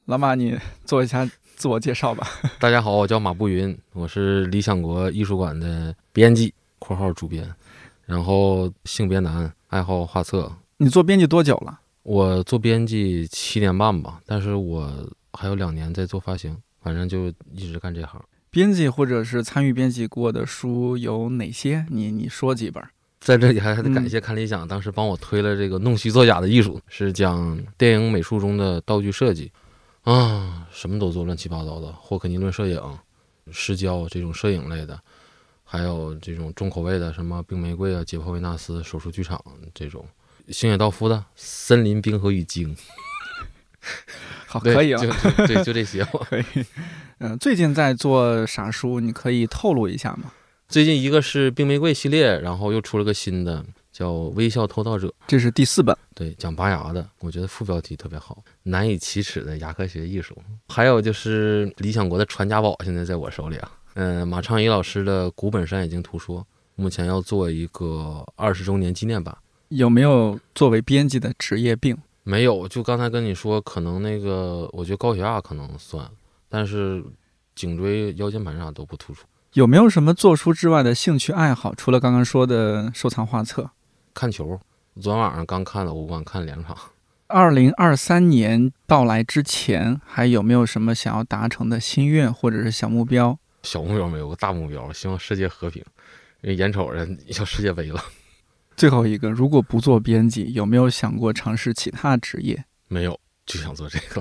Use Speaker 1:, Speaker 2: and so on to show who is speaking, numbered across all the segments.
Speaker 1: 老马，你做一下自我介绍吧。
Speaker 2: 大家好，我叫马步云，我是理想国艺术馆的编辑（括号主编），然后性别男，爱好画册。
Speaker 1: 你做编辑多久了？
Speaker 2: 我做编辑7年半吧，但是我还有2年在做发行，反正就一直干这行。
Speaker 1: 编辑或者是参与编辑过的书有哪些？你说几本？
Speaker 2: 在这里还得感谢看理想，当时帮我推了这个弄虚作假的艺术，是讲电影美术中的道具设计啊，什么都做，乱七八糟的，霍克尼论摄影、失焦这种摄影类的，还有这种重口味的，什么冰玫瑰啊、解剖维纳斯、手术剧场这种，星野道夫的森林冰河与鲸。
Speaker 1: 好，可以啊，
Speaker 2: 对，就这些吧。
Speaker 1: 可以。最近在做啥书？你可以透露一下吗？
Speaker 2: 最近一个是冰玫瑰系列，然后又出了个新的叫《微笑偷盗者》，
Speaker 1: 这是第4本。
Speaker 2: 对，讲拔牙的，我觉得副标题特别好，难以启齿的牙科学艺术。还有就是理想国的传家宝，现在在我手里啊。马昌仪老师的《古本山野径图说》，目前要做一个20周年纪念版。
Speaker 1: 有没有作为编辑的职业病？
Speaker 2: 没有，就刚才跟你说，可能那个我觉得高血压可能算，但是颈椎、腰间盘啥都不突出。
Speaker 1: 有没有什么做书之外的兴趣爱好？除了刚刚说的收藏画册，
Speaker 2: 看球，昨晚上刚看了欧冠，看了2场。
Speaker 1: 2023年到来之前，还有没有什么想要达成的心愿或者是小目标？
Speaker 2: 小目标没有，个大目标，希望世界和平，因为眼瞅着要世界杯了。
Speaker 1: 最后一个，如果不做编辑，有没有想过尝试其他职业？
Speaker 2: 没有，就想做这个。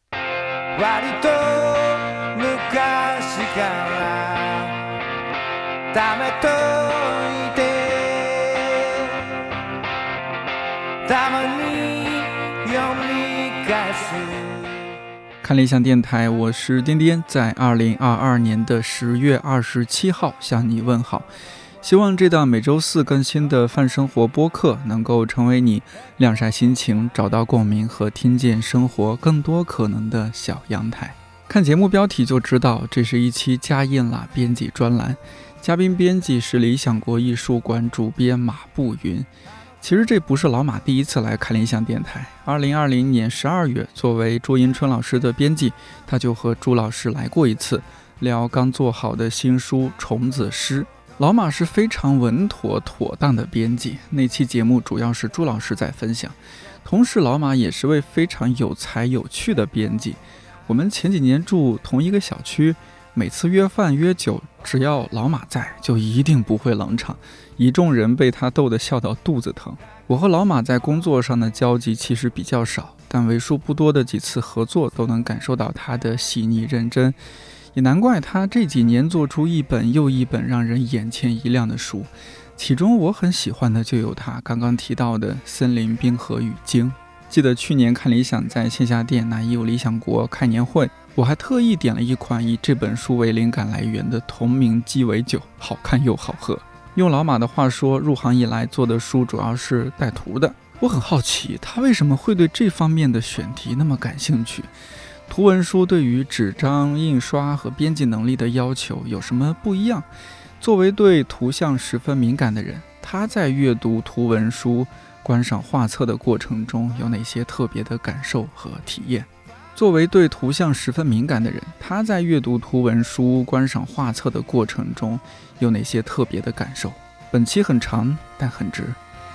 Speaker 1: 看理想电台，我是颠颠，在2022年的10月27号向你问好。希望这档每周4更新的泛生活播客能够成为你晾晒心情、找到共鸣和听见生活更多可能的小阳台。看节目标题就知道，这是一期加印了编辑专栏，嘉宾编辑是理想国艺术馆主编马步云。其实这不是老马第一次来看理想电台。2020年12月，作为朱迎春老师的编辑，他就和朱老师来过一次，聊刚做好的新书《虫子诗》。老马是非常稳妥妥当的编辑，那期节目主要是朱老师在分享。同时老马也是位非常有才有趣的编辑。我们前几年住同一个小区，每次约饭约酒，只要老马在，就一定不会冷场，一众人被他逗得笑到肚子疼。我和老马在工作上的交集其实比较少，但为数不多的几次合作都能感受到他的细腻认真，也难怪他这几年做出一本又一本让人眼前一亮的书。其中我很喜欢的就有他刚刚提到的《森林冰河与鲸》。记得去年看理想在线下店南艺理想国开年会，我还特意点了一款以这本书为灵感来源的同名鸡尾酒，好看又好喝。用老马的话说，入行以来做的书主要是带图的。我很好奇他为什么会对这方面的选题那么感兴趣。图文书对于纸张、印刷和编辑能力的要求有什么不一样？作为对图像十分敏感的人，他在阅读图文书、观赏画册的过程中有哪些特别的感受和体验？作为对图像十分敏感的人，他在阅读图文书、观赏画册的过程中有哪些特别的感受？本期很长，但很值。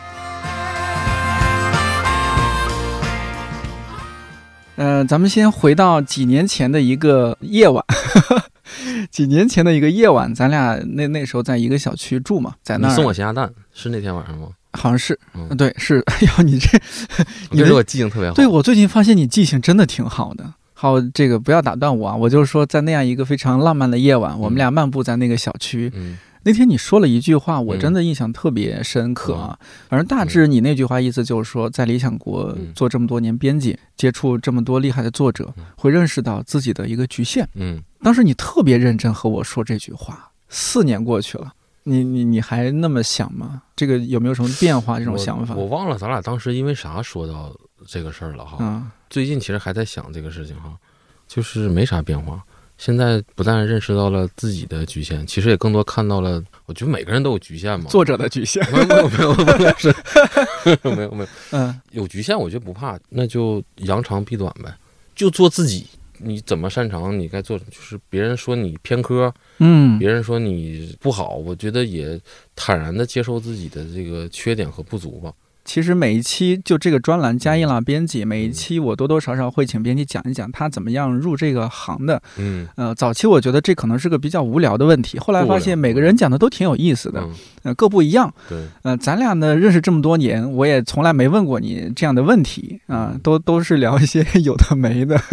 Speaker 1: 咱们先回到几年前的一个夜晚。几年前的一个夜晚，咱俩那时候在一个小区住嘛，在那儿。
Speaker 2: 你送我咸鸭蛋是那天晚上吗？
Speaker 1: 好像是，对，是。哎呦，你这
Speaker 2: 我记性特别好。
Speaker 1: 对，我最近发现你记性真的挺好的。好，这个不要打断我啊，我就是说，在那样一个非常浪漫的夜晚，我们俩漫步在那个小区。那天你说了一句话，我真的印象特别深刻啊。反正大致你那句话意思就是说，在理想国做这么多年编辑，接触这么多厉害的作者，会认识到自己的一个局限。当时你特别认真和我说这句话，4年过去了，你还那么想吗？这个有没有什么变化？这种想法？
Speaker 2: 我忘了咱俩当时因为啥说到这个事儿了哈。最近其实还在想这个事情哈，就是没啥变化。现在不但认识到了自己的局限，其实也更多看到了，我觉得每个人都有局限嘛。
Speaker 1: 作者的局限？
Speaker 2: 没有，有局限我觉得不怕，那就扬长避短呗，就做自己， 你怎么擅长，你该做，就是别人说你偏科，别人说你不好，我觉得也坦然的接受自己的这个缺点和不足吧。
Speaker 1: 其实每一期就这个专栏加印了编辑，每一期我多多少少会请编辑讲一讲他怎么样入这个行的。早期我觉得这可能是个比较无聊的问题，后来发现每个人讲的都挺有意思的，各不一样。
Speaker 2: 对，
Speaker 1: 咱俩呢认识这么多年，我也从来没问过你这样的问题啊，都是聊一些有的没的。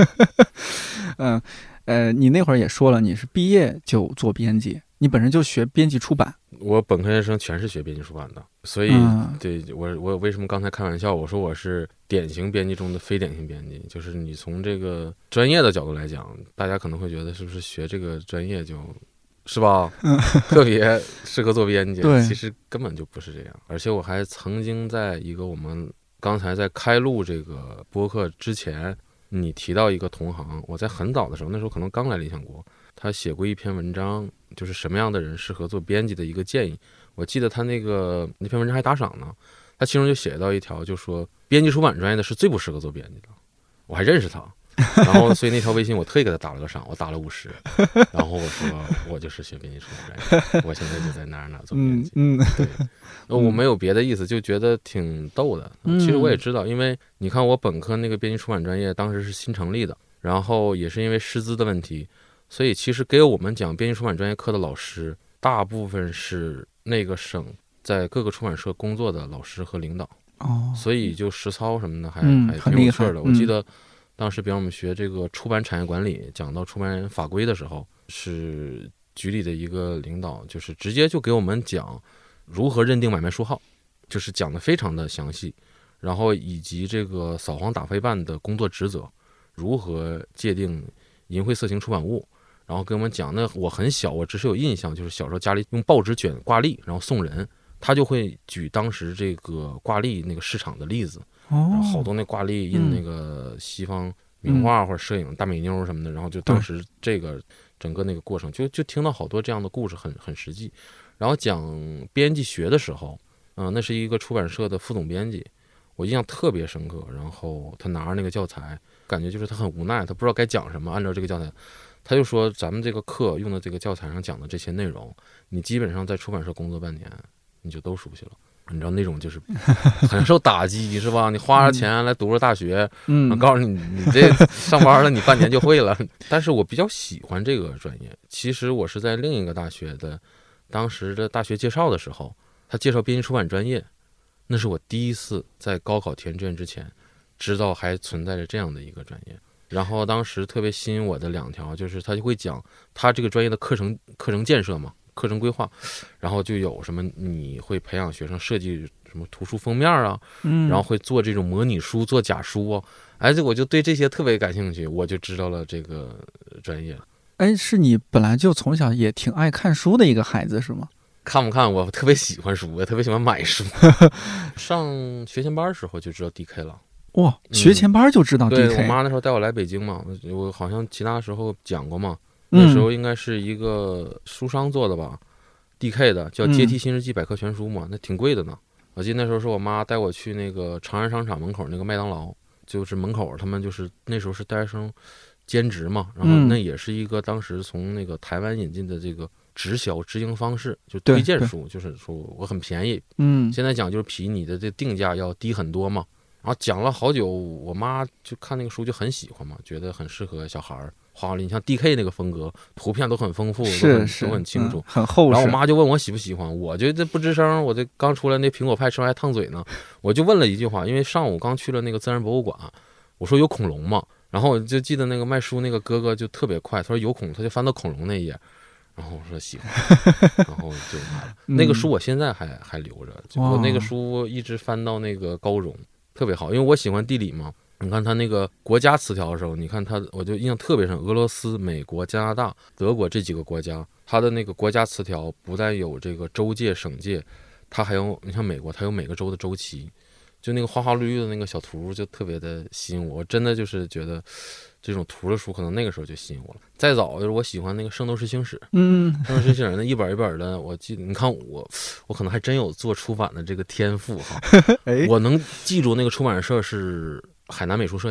Speaker 1: 你那会儿也说了，你是毕业就做编辑，你本身就学编辑出版。
Speaker 2: 我本科学生全是学编辑出版的，所以对我为什么刚才开玩笑，我说我是典型编辑中的非典型编辑，就是你从这个专业的角度来讲，大家可能会觉得是不是学这个专业就是吧，特别适合做编辑，其实根本就不是这样。而且我还曾经在一个我们刚才在开录这个播客之前，你提到一个同行，我在很早的时候，那时候可能刚来理想国，他写过一篇文章，就是什么样的人适合做编辑的一个建议。我记得他那篇文章还打赏呢，他其中就写到一条，就说编辑出版专业的是最不适合做编辑的。我还认识他，然后所以那条微信我特意给他打了个赏，我打了50，然后我说我就是学编辑出版专业，我现在就在哪做编辑。对，我没有别的意思，就觉得挺逗的。其实我也知道，因为你看我本科那个编辑出版专业当时是新成立的，然后也是因为师资的问题，所以其实给我们讲编辑出版专业课的老师，大部分是那个省在各个出版社工作的老师和领导。所以就实操什么的还挺有趣的。我记得当时比方我们学这个出版产业管理，讲到出版法规的时候，是局里的一个领导，就是直接就给我们讲如何认定买卖书号，就是讲的非常的详细，然后以及这个扫黄打非办的工作职责，如何界定淫秽色情出版物，然后跟我们讲。那我很小，我只是有印象，就是小时候家里用报纸卷挂历，然后送人，他就会举当时这个挂历那个市场的例子，然后好多那挂历印那个西方名画或者摄影大美妞什么的，然后就当时这个整个那个过程就听到好多这样的故事，很实际。然后讲编辑学的时候，那是一个出版社的副总编辑，我印象特别深刻。然后他拿着那个教材，感觉就是他很无奈，他不知道该讲什么，按照这个教材。他就说咱们这个课用的这个教材上讲的这些内容，你基本上在出版社工作半年你就都熟悉了。你知道那种就是很受打击是吧？你花着钱来读着大学，告诉你这上班了你半年就会了。但是我比较喜欢这个专业。其实我是在另一个大学的当时的大学介绍的时候，他介绍编辑出版专业，那是我第一次在高考填志愿之前知道还存在着这样的一个专业。然后当时特别吸引我的2条，就是他就会讲他这个专业的课程建设嘛，课程规划，然后就有什么你会培养学生设计什么图书封面啊，然后会做这种模拟书，做假书啊，我就对这些特别感兴趣，我就知道了这个专业。
Speaker 1: 是你本来就从小也挺爱看书的一个孩子是吗？
Speaker 2: 看不看我特别喜欢书，我特别喜欢买书。上学前班的时候就知道 DK 了。
Speaker 1: 哇，学前班就知道 DK。
Speaker 2: 对，我妈那时候带我来北京嘛，我好像其他时候讲过嘛。那时候应该是一个书商做的吧，DK 的叫《阶梯新世纪百科全书》嘛，那挺贵的呢。我记得那时候是我妈带我去那个长安商场门口那个麦当劳，就是门口他们就是那时候是大学生兼职嘛，然后那也是一个当时从那个台湾引进的这个直营方式，就推荐书，就是说我很便宜，现在讲就是比你的这定价要低很多嘛。然后讲了好久，我妈就看那个书就很喜欢嘛，觉得很适合小孩画了。你像 DK 那个风格，图片都很丰富，都很清楚，
Speaker 1: 很厚实。
Speaker 2: 然后我妈就问我喜不喜欢，我就这不吱声，我这刚出来那苹果派吃完还烫嘴呢，我就问了一句话，因为上午刚去了那个自然博物馆，我说有恐龙吗？然后我就记得那个卖书那个哥哥就特别快，他说有恐，他就翻到恐龙那一页。然后我说喜欢，然后就买了。那个书我现在还留着，我那个书一直翻到那个高中。特别好，因为我喜欢地理嘛。你看他那个国家词条的时候，你看他，我就印象特别深。俄罗斯、美国、加拿大、德国这几个国家，它的那个国家词条不但有这个州界、省界，它还有，你像美国，它有每个州的周期，就那个花花绿绿的那个小图，就特别的吸引我。我真的就是觉得这种图的书，可能那个时候就吸引我了。再早就是我喜欢那个《圣斗士星矢》，《圣斗士星矢》那一本一本的，我记得，你看我可能还真有做出版的这个天赋哈。我能记住那个出版社是海南美术摄影，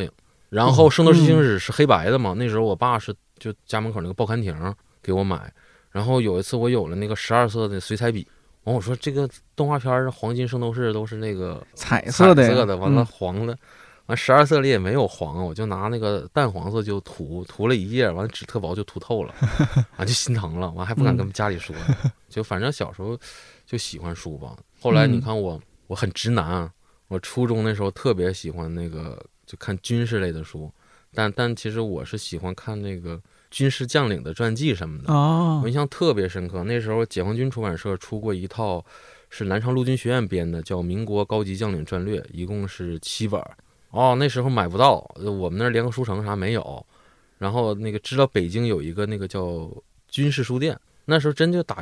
Speaker 2: 然后《圣斗士星矢》是黑白的嘛，那时候我爸是就家门口那个报刊亭给我买，然后有一次我有了那个12色的水彩笔，完我说这个动画片黄金圣斗士都是那个
Speaker 1: 彩色
Speaker 2: 的，完了黄的，完12色里也没有黄，我就拿那个淡黄色就涂了一页，完了纸特薄就涂透了，完就心疼了，完还不敢跟家里说，就反正小时候就喜欢书吧。后来你看我很直男，我初中那时候特别喜欢那个就看军事类的书，但其实我是喜欢看那个军事将领的传记什么的。我印象特别深刻，那时候解放军出版社出过一套是南昌陆军学院编的，叫《民国高级将领战略》，一共是7本。那时候买不到，我们那儿联合书城啥没有。然后那个知道北京有一个那个叫军事书店，那时候真就打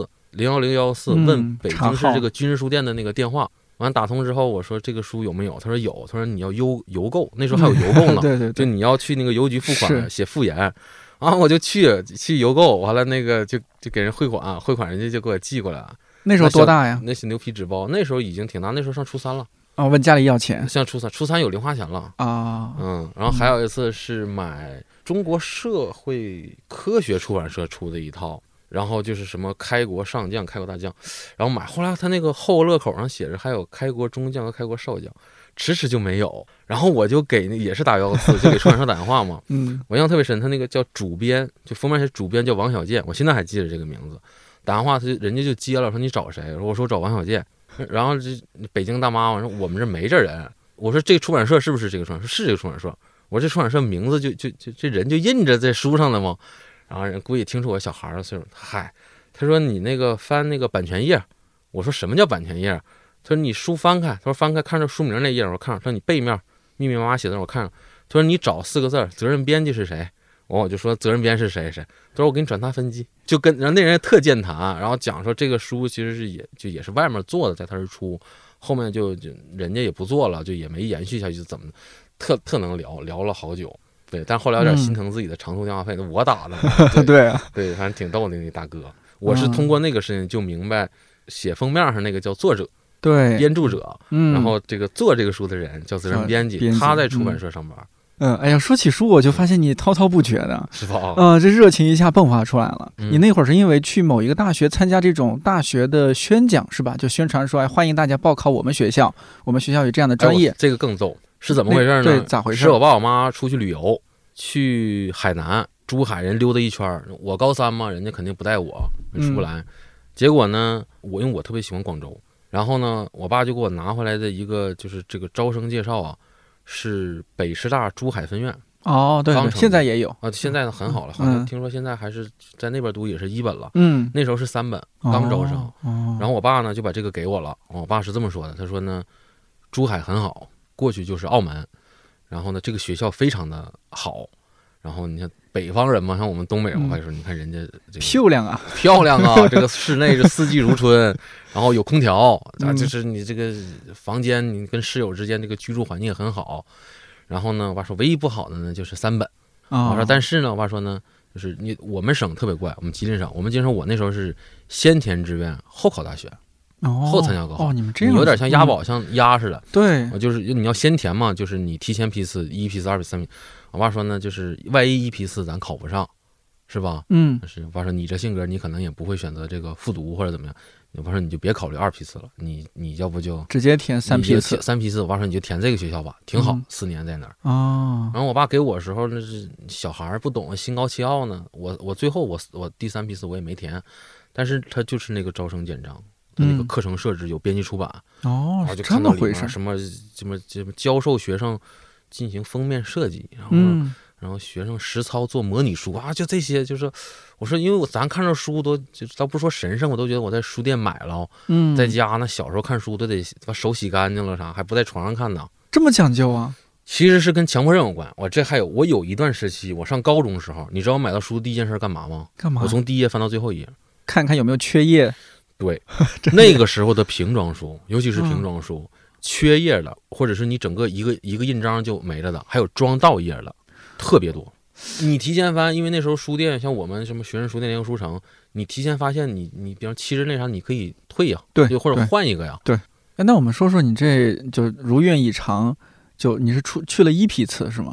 Speaker 2: 114010114问北京市这个军事书店的那个电话，完打通之后我说这个书有没有，他说有，他说你要邮购，那时候还有邮购呢，
Speaker 1: 对，
Speaker 2: 就你要去那个邮局付款写复言，我就去邮购，完了那个就给人汇款人家就给我寄过来了。
Speaker 1: 那时候多大呀？
Speaker 2: 那些牛皮纸包，那时候已经挺大，那时候上初3了。
Speaker 1: 问家里要钱，
Speaker 2: 像初3有零花钱了然后还有一次是买中国社会科学出版社出的一套，然后就是什么开国上将、开国大将，然后买，后来他那个后乐口上写着还有开国中将和开国少将，迟迟就没有，然后我就给也是打114，就给出版社打电话嘛，我印象特别深，他那个叫主编，就封面是主编叫王小贱，我现在还记得这个名字，打电话人家就接了，说你找谁？我说找王小贱。然后这北京大妈，我说我们这没这人，我说这个出版社是不是这个出版社？是这个出版社。我说这出版社名字就这人就印着在书上了吗？然后人估计听出我小孩的岁数，他说你那个翻那个版权页。我说什么叫版权页？他说你书翻开，他说翻开看着书名那页，我看着，他说你背面密密麻麻写的我看着，他说你找4个字，责任编辑是谁？我就说责任编是谁？他说我给你转达分机，就跟然后那人也特健谈，然后讲说这个书其实是也是外面做的，在他这出，后面就人家也不做了，就也没延续下去，就怎么特能聊了好久。对，但后来有点心疼自己的长途电话费，我打的。
Speaker 1: 对啊，
Speaker 2: 对，反正挺逗的那大哥。我是通过那个事情就明白，写封面上那个叫作者，
Speaker 1: 对，
Speaker 2: 编著者，然后这个做这个书的人叫责任编辑，他在出版社上班。
Speaker 1: 哎呀，说起书，我就发现你滔滔不绝的，
Speaker 2: 是吧？
Speaker 1: 这热情一下迸发出来了。你那会儿是因为去某一个大学参加这种大学的宣讲是吧？就宣传说，欢迎大家报考我们学校，我们学校有这样的专业。
Speaker 2: 这个更逗，是怎么回事呢？
Speaker 1: 对，咋回事？
Speaker 2: 是我爸我妈出去旅游，去海南、珠海人溜达一圈，我高3嘛，人家肯定不带我，出不来。结果呢，因为我特别喜欢广州，然后呢，我爸就给我拿回来的一个就是这个招生介绍啊。是北师大珠海分院
Speaker 1: 对，现在也有
Speaker 2: 现在很好了，好像听说现在还是在那边读也是1本了，那时候是3本刚招生，然后我爸呢就把这个给我了，我爸是这么说的，他说呢，珠海很好，过去就是澳门，然后呢这个学校非常的好，然后你看北方人嘛，像我们东北人，我爸就说你看人家这个
Speaker 1: 漂亮啊，
Speaker 2: 这个室内是4季如春，然后有空调，就是你这个房间你跟室友之间这个居住环境很好。然后呢，我爸说唯一不好的呢就是3本。我说但是呢，我爸说呢，就是我们省特别怪，我们吉林省我那时候是先填志愿后考大学，后参加高考。
Speaker 1: 你们这样
Speaker 2: 有点像押宝，像押似的。
Speaker 1: 对，
Speaker 2: 就是你要先填嘛，就是你提前批次，1批次、2批次、3批。我爸说呢，就是万一1批次咱考不上，是吧？是我爸说你这性格，你可能也不会选择这个复读或者怎么样。我爸说你就别考虑2批次了，你要不就
Speaker 1: 直接填3批次。
Speaker 2: 3批次，我爸说你就填这个学校吧，挺好，4年在那儿。然后我爸给我的时候，那是小孩不懂，心高气傲呢。我最后我第3批次我也没填，但是他就是那个招生简章，他那个课程设置有编辑出版。然后就看到里面什么教授学生进行封面设计，然后学生实操做模拟书就这些，就是我说，因为咱看着书都就倒不说神圣，我都觉得我在书店买了，在家呢小时候看书都得把手洗干净了啥，还不在床上看呢，
Speaker 1: 这么讲究啊？
Speaker 2: 其实是跟强迫症有关。我有一段时期，我上高中时候，你知道我买到书第一件事干嘛吗？
Speaker 1: 干嘛？
Speaker 2: 我从第1页翻到最后1页，
Speaker 1: 看看有没有缺页。
Speaker 2: 对，那个时候的平装书，尤其是平装书，缺页了，或者是你整个一个印章就没了的，还有装到页了。特别多，你提前翻，因为那时候书店像我们什么学生书店、联合书城，你提前发现你比方7日内啥你可以退呀，
Speaker 1: 对，
Speaker 2: 或者换一个呀。
Speaker 1: 对，那我们说说你这就如愿以偿，就你是去了1批次是吗？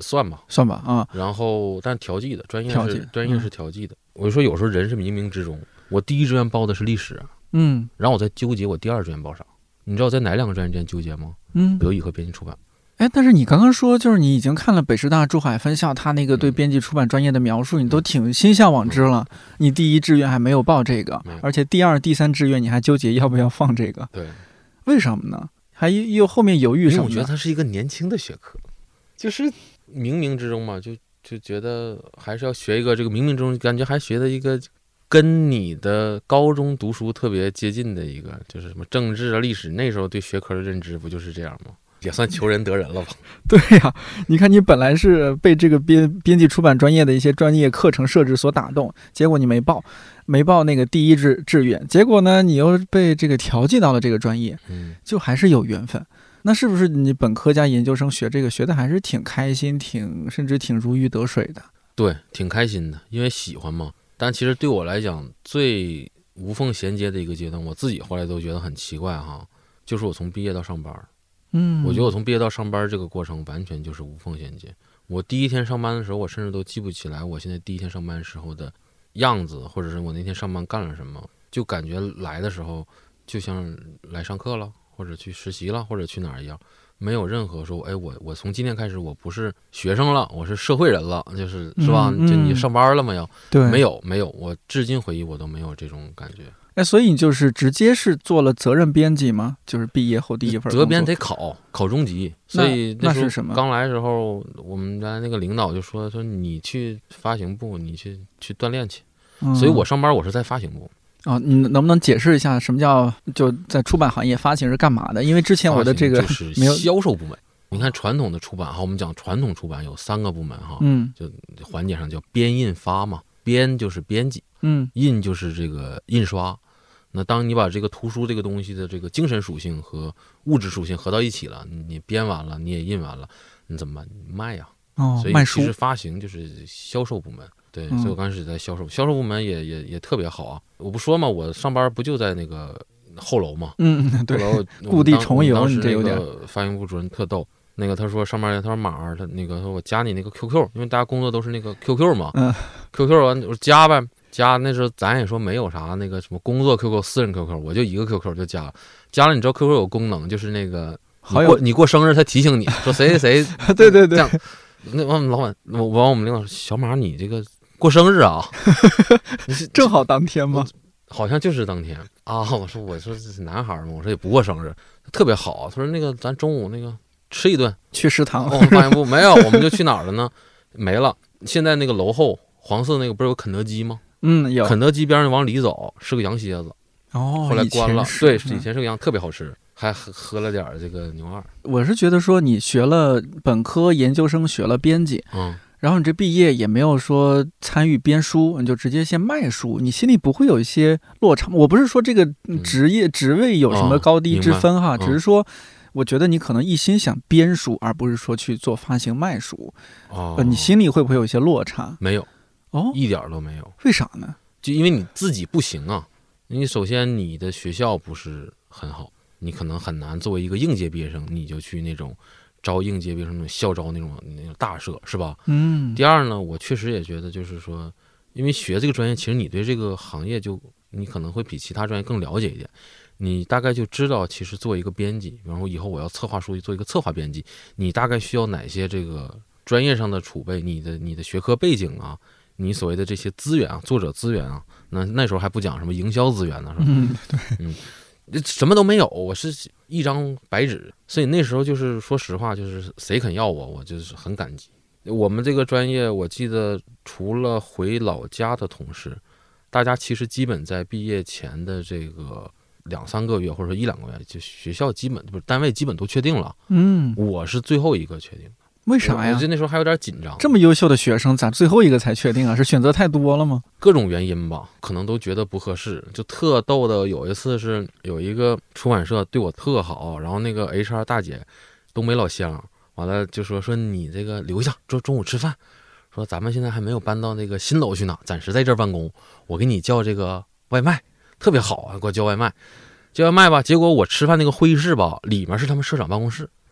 Speaker 2: 算吧，
Speaker 1: 算吧啊。
Speaker 2: 然后但调剂的，专业是调剂的。我就说有时候人是冥冥之中，我第一志愿报的是历史，然后我在纠结我第二志愿报啥。你知道我在哪2个专业之间纠结吗？德语和编辑出版。
Speaker 1: 哎，但是你刚刚说，就是你已经看了北师大珠海分校他那个对编辑出版专业的描述，你都挺心向往之了。你第一志愿还没有报这个，而且第2、第3志愿你还纠结要不要放这个。
Speaker 2: 对，
Speaker 1: 为什么呢？还又后面犹豫什么？
Speaker 2: 因为我觉得它是一个年轻的学科，就是冥冥之中嘛，就觉得还是要学一个这个冥冥之中感觉还学的一个跟你的高中读书特别接近的一个，就是什么政治啊、历史，那时候对学科的认知不就是这样吗？也算求人得人了吧？
Speaker 1: 对呀，你看你本来是被这个编辑出版专业的一些专业课程设置所打动，结果你没报那个第一志愿，结果呢你又被这个调剂到了这个专业，就还是有缘分。那是不是你本科加研究生学这个学的还是挺开心，甚至挺如鱼得水的？
Speaker 2: 对，挺开心的，因为喜欢嘛。但其实对我来讲，最无缝衔接的一个阶段，我自己后来都觉得很奇怪哈，就是我从毕业到上班。我觉得我从毕业到上班这个过程完全就是无缝衔接。我第一天上班的时候，我甚至都记不起来我现在第一天上班时候的样子，或者是我那天上班干了什么，就感觉来的时候就像来上课了，或者去实习了，或者去哪儿一样，没有任何说，哎，我从今天开始我不是学生了，我是社会人了，是吧？就你上班了吗？
Speaker 1: 对，
Speaker 2: 没有，我至今回忆我都没有这种感觉。
Speaker 1: 哎，所以你就是直接是做了责任编辑吗？就是毕业后第一份工作。
Speaker 2: 责编得考中级，所以
Speaker 1: 那是什么？
Speaker 2: 刚来的时候，我们家那个领导就说你去发行部，你去锻炼去。所以我上班我是在发行部。
Speaker 1: 你能不能解释一下什么叫就在出版行业发行是干嘛的？因为之前我的这个没有
Speaker 2: 销售部门。你看传统的出版哈，我们讲传统出版有3个部门哈，就环节上叫编印发嘛，编就是编辑，印就是这个印刷。那当你把这个图书这个东西的这个精神属性和物质属性合到一起了，你编完了，你也印完了，你怎么办？你卖呀。所以其实发行就是销售部门。对，所以我刚开始在销售部门也特别好啊。我不说嘛，我上班不就在那个后楼嘛，
Speaker 1: 对，故地重游，你这有点。
Speaker 2: 发行部主任特逗，那个他说上班他说马儿，他那个说我加你那个 QQ， 因为大家工作都是那个 QQ 嘛，QQ 完我加呗。加那时候咱也说没有啥那个什么工作 QQ、私人 QQ， 我就一个 QQ 就加了。加了，你知道 QQ 有功能，就是那个你过生日，他提醒你说谁谁谁，
Speaker 1: 对，
Speaker 2: 这样。那老板，我们领导说小马你这个过生日啊，
Speaker 1: 正好当天吗？
Speaker 2: 好像就是当天啊。我说这是男孩嘛，我说也不过生日，特别好。他说那个咱中午那个吃一顿，
Speaker 1: 去食堂。
Speaker 2: 发行部没有，我们就去哪儿了呢？没了。现在那个楼后黄色那个不是有肯德基吗？
Speaker 1: 有
Speaker 2: 肯德基边上往里走是个羊蝎子，后来关了。对，以前是个羊，特别好吃，还喝了点这个牛二。
Speaker 1: 我是觉得说你学了本科、研究生学了编辑，然后你这毕业也没有说参与编书，你就直接先卖书，你心里不会有一些落差？我不是说这个职位有什么高低之分哈，只是说我觉得你可能一心想编书，而不是说去做发行卖书。你心里会不会有一些落差？
Speaker 2: 没有。一点都没有。
Speaker 1: 为啥呢？
Speaker 2: 就因为你自己不行啊。你首先你的学校不是很好，你可能很难作为一个应届毕业生，你就去那种招应届毕业生那种校招那种大社，是吧？第二呢，我确实也觉得就是说，因为学这个专业，其实你对这个行业你可能会比其他专业更了解一点。你大概就知道，其实做一个编辑，然后以后我要策划书做一个策划编辑，你大概需要哪些这个专业上的储备，你的学科背景啊。你所谓的这些资源啊，作者资源啊，那时候还不讲什么营销资源呢，是吧？什么都没有，我是一张白纸，所以那时候就是说实话，就是谁肯要我就是很感激。我们这个专业，我记得除了回老家的同事，大家其实基本在毕业前的这个2-3个月，或者说1-2个月，就学校基本不是单位基本都确定了。我是最后一个确定的。
Speaker 1: 为啥呀？
Speaker 2: 我那时候还有点紧张。
Speaker 1: 这么优秀的学生，咋最后一个才确定啊？是选择太多了吗？
Speaker 2: 各种原因吧，可能都觉得不合适。就特逗的，有一次是有一个出版社对我特好，然后那个 HR 大姐东北老乡，完了就说你这个留下，中午吃饭，说咱们现在还没有搬到那个新楼去呢，暂时在这儿办公，我给你叫这个外卖，特别好啊，给我叫外卖吧。结果我吃饭那个会议室吧，里面是他们社长办公室。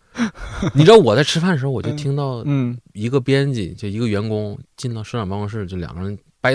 Speaker 2: 你知道我在吃饭的时候，我就听到一个编辑就一个员工进到社长办公室，就两个人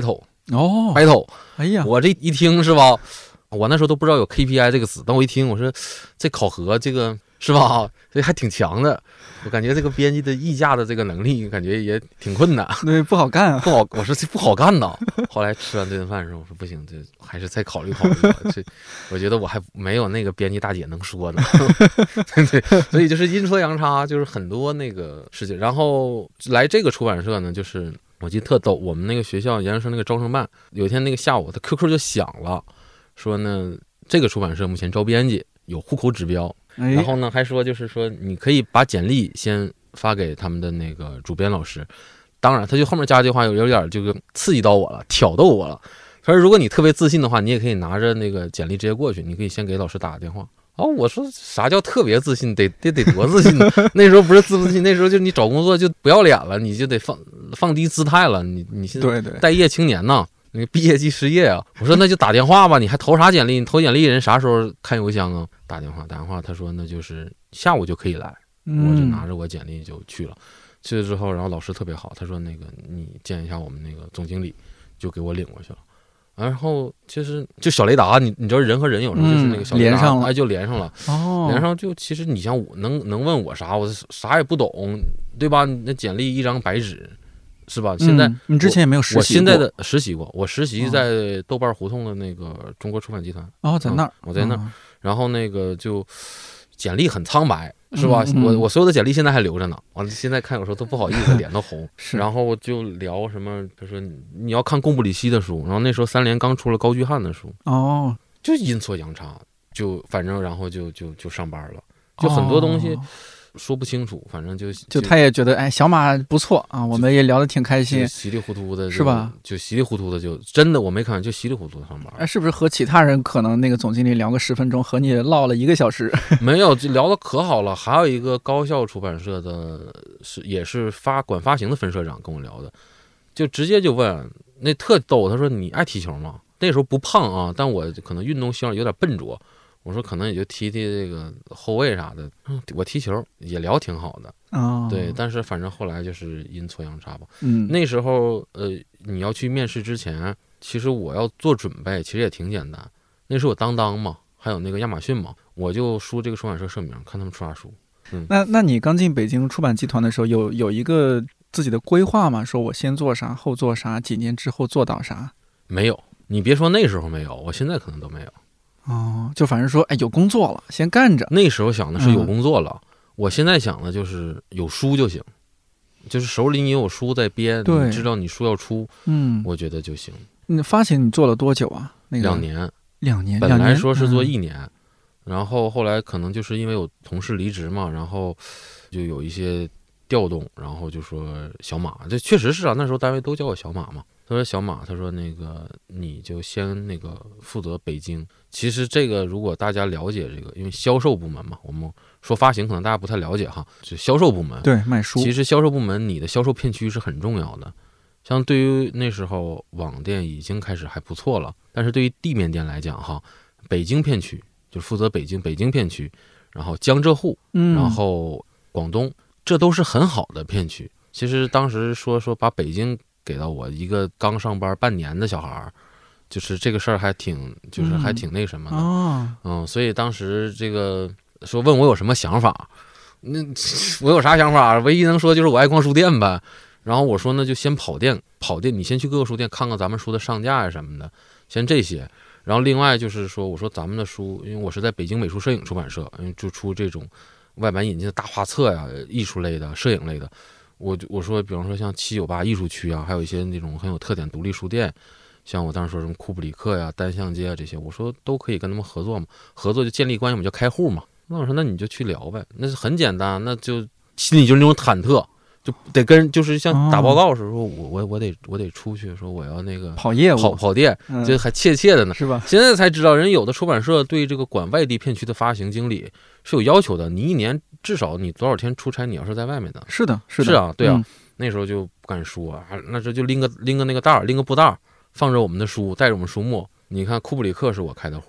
Speaker 2: battle，
Speaker 1: 哎呀，
Speaker 2: 我这一听是吧？我那时候都不知道有 KPI 这个词，但我一听，我说这考核这个是吧？这还挺强的。我感觉这个编辑的议价的这个能力，感觉也挺困难。
Speaker 1: 对，不好干啊，
Speaker 2: 不好，我说这不好干呐。后来吃完这顿饭的时候，我说不行，这还是再考虑考虑吧。这我觉得我还没有那个编辑大姐能说呢。对，所以就是阴错阳差，就是很多那个事情。然后来这个出版社呢，就是我记得特逗，我们那个学校研究生那个招生办，有一天那个下午，他 QQ 就响了，说呢这个出版社目前招编辑，有户口指标。然后呢，还说就是说，你可以把简历先发给他们的那个主编老师。当然，他就后面加这句话有点这个刺激到我了，挑逗我了。他说，如果你特别自信的话，你也可以拿着那个简历直接过去，你可以先给老师打个电话。哦，我说啥叫特别自信？得多自信呢？那时候不是自不自信，那时候就你找工作就不要脸了，你就得放低姿态了。你现在待业青年呢？那个毕业即失业啊！我说那就打电话吧，你还投啥简历？你投简历人啥时候看邮箱啊？打电话，他说那就是下午就可以来，我就拿着我简历就去了。去了之后，然后老师特别好，他说那个你见一下我们那个总经理，就给我领过去了。然后其实就小雷达，你知道人和人有时候就是那个小雷达，
Speaker 1: 连上了，
Speaker 2: 就连上了。连上就其实你像我能问我啥，我啥也不懂，对吧？那简历一张白纸。是吧？现在
Speaker 1: 你之前也没有实习过？
Speaker 2: 我现在的实习过，我实习在豆瓣胡同的那个中国出版集团。
Speaker 1: 在那儿，
Speaker 2: 我在那儿。然后那个就简历很苍白，是吧？我所有的简历现在还留着呢。完了，现在看有时候都不好意思，脸都红。然后就聊什么，他说你要看贡布里希的书，然后那时候三联刚出了高居翰的书。就阴错阳差，就反正然后就上班了，就很多东西。说不清楚，反正就
Speaker 1: 他也觉得哎，小马不错啊，我们也聊得挺开心，
Speaker 2: 稀里糊涂的，
Speaker 1: 是吧？
Speaker 2: 就稀里糊涂的，就真的我没看，就稀里糊涂的上班。
Speaker 1: 哎，是不是和其他人可能那个总经理聊个10分钟，和你唠了1个小时？
Speaker 2: 没有，就聊得可好了。还有一个高校出版社的，也是管发行的分社长跟我聊的，就直接就问，那特逗，他说你爱踢球吗？那时候不胖啊，但我可能运动性有点笨拙。我说可能也就踢这个后卫啥的，我踢球也聊挺好的对，但是反正后来就是阴错阳差吧。那时候你要去面试之前，其实我要做准备，其实也挺简单。那时候我当嘛，还有那个亚马逊嘛，我就输这个出版社社名，看他们出啥书。
Speaker 1: 那你刚进北京出版集团的时候，有一个自己的规划吗？说我先做啥，后做啥，几年之后做到啥？
Speaker 2: 没有，你别说那时候没有，我现在可能都没有。
Speaker 1: 就反正说，哎，有工作了，先干着。
Speaker 2: 那时候想的是有工作了，我现在想的就是有书就行，就是手里你有书在编，你知道你书要出，我觉得就行。
Speaker 1: 发行你做了多久啊
Speaker 2: ？2年。
Speaker 1: 2年，
Speaker 2: 本来说是做1年，然后后来可能就是因为有同事离职嘛，然后就有一些调动，然后就说小马，这确实是啊，那时候单位都叫我小马嘛。他说小马，他说那个你就先那个负责北京。其实这个如果大家了解这个，因为销售部门嘛，我们说发行可能大家不太了解哈，就销售部门，
Speaker 1: 对，卖书。
Speaker 2: 其实销售部门你的销售片区是很重要的。像对于那时候网店已经开始还不错了，但是对于地面店来讲哈，北京片区就负责北京片区，然后江浙沪，然后广东，这都是很好的片区。其实当时说把北京给到我一个刚上班半年的小孩，就是这个事儿还挺那什么的所以当时这个说问我有什么想法，那我有啥想法？唯一能说就是我爱逛书店呗。然后我说那就先跑店，你先去各个书店看看咱们书的上架呀什么的，先这些。然后另外就是说，我说咱们的书，因为我是在北京美术摄影出版社，因为就出这种外版引进的大画册呀、艺术类的、摄影类的。我说，比方说像798艺术区啊，还有一些那种很有特点独立书店，像我当时说什么库布里克呀、单向街啊这些，我说都可以跟他们合作嘛，合作就建立关系，我们叫开户嘛。那我说那你就去聊呗，那是很简单，那就心里就是那种忐忑。就得跟就是像打报告时候，我得出去说我要那个
Speaker 1: 跑业务
Speaker 2: 跑店，就还切的呢，
Speaker 1: 是吧？
Speaker 2: 现在才知道，人有的出版社对这个管外地片区的发行经理是有要求的，你1年至少你多少天出差，你要是在外面的。
Speaker 1: 是
Speaker 2: 啊，对啊，那时候就不敢说啊，那时候就拎个那个袋儿，拎个布袋儿，放着我们的书，带着我们书目。你看库布里克是我开的户，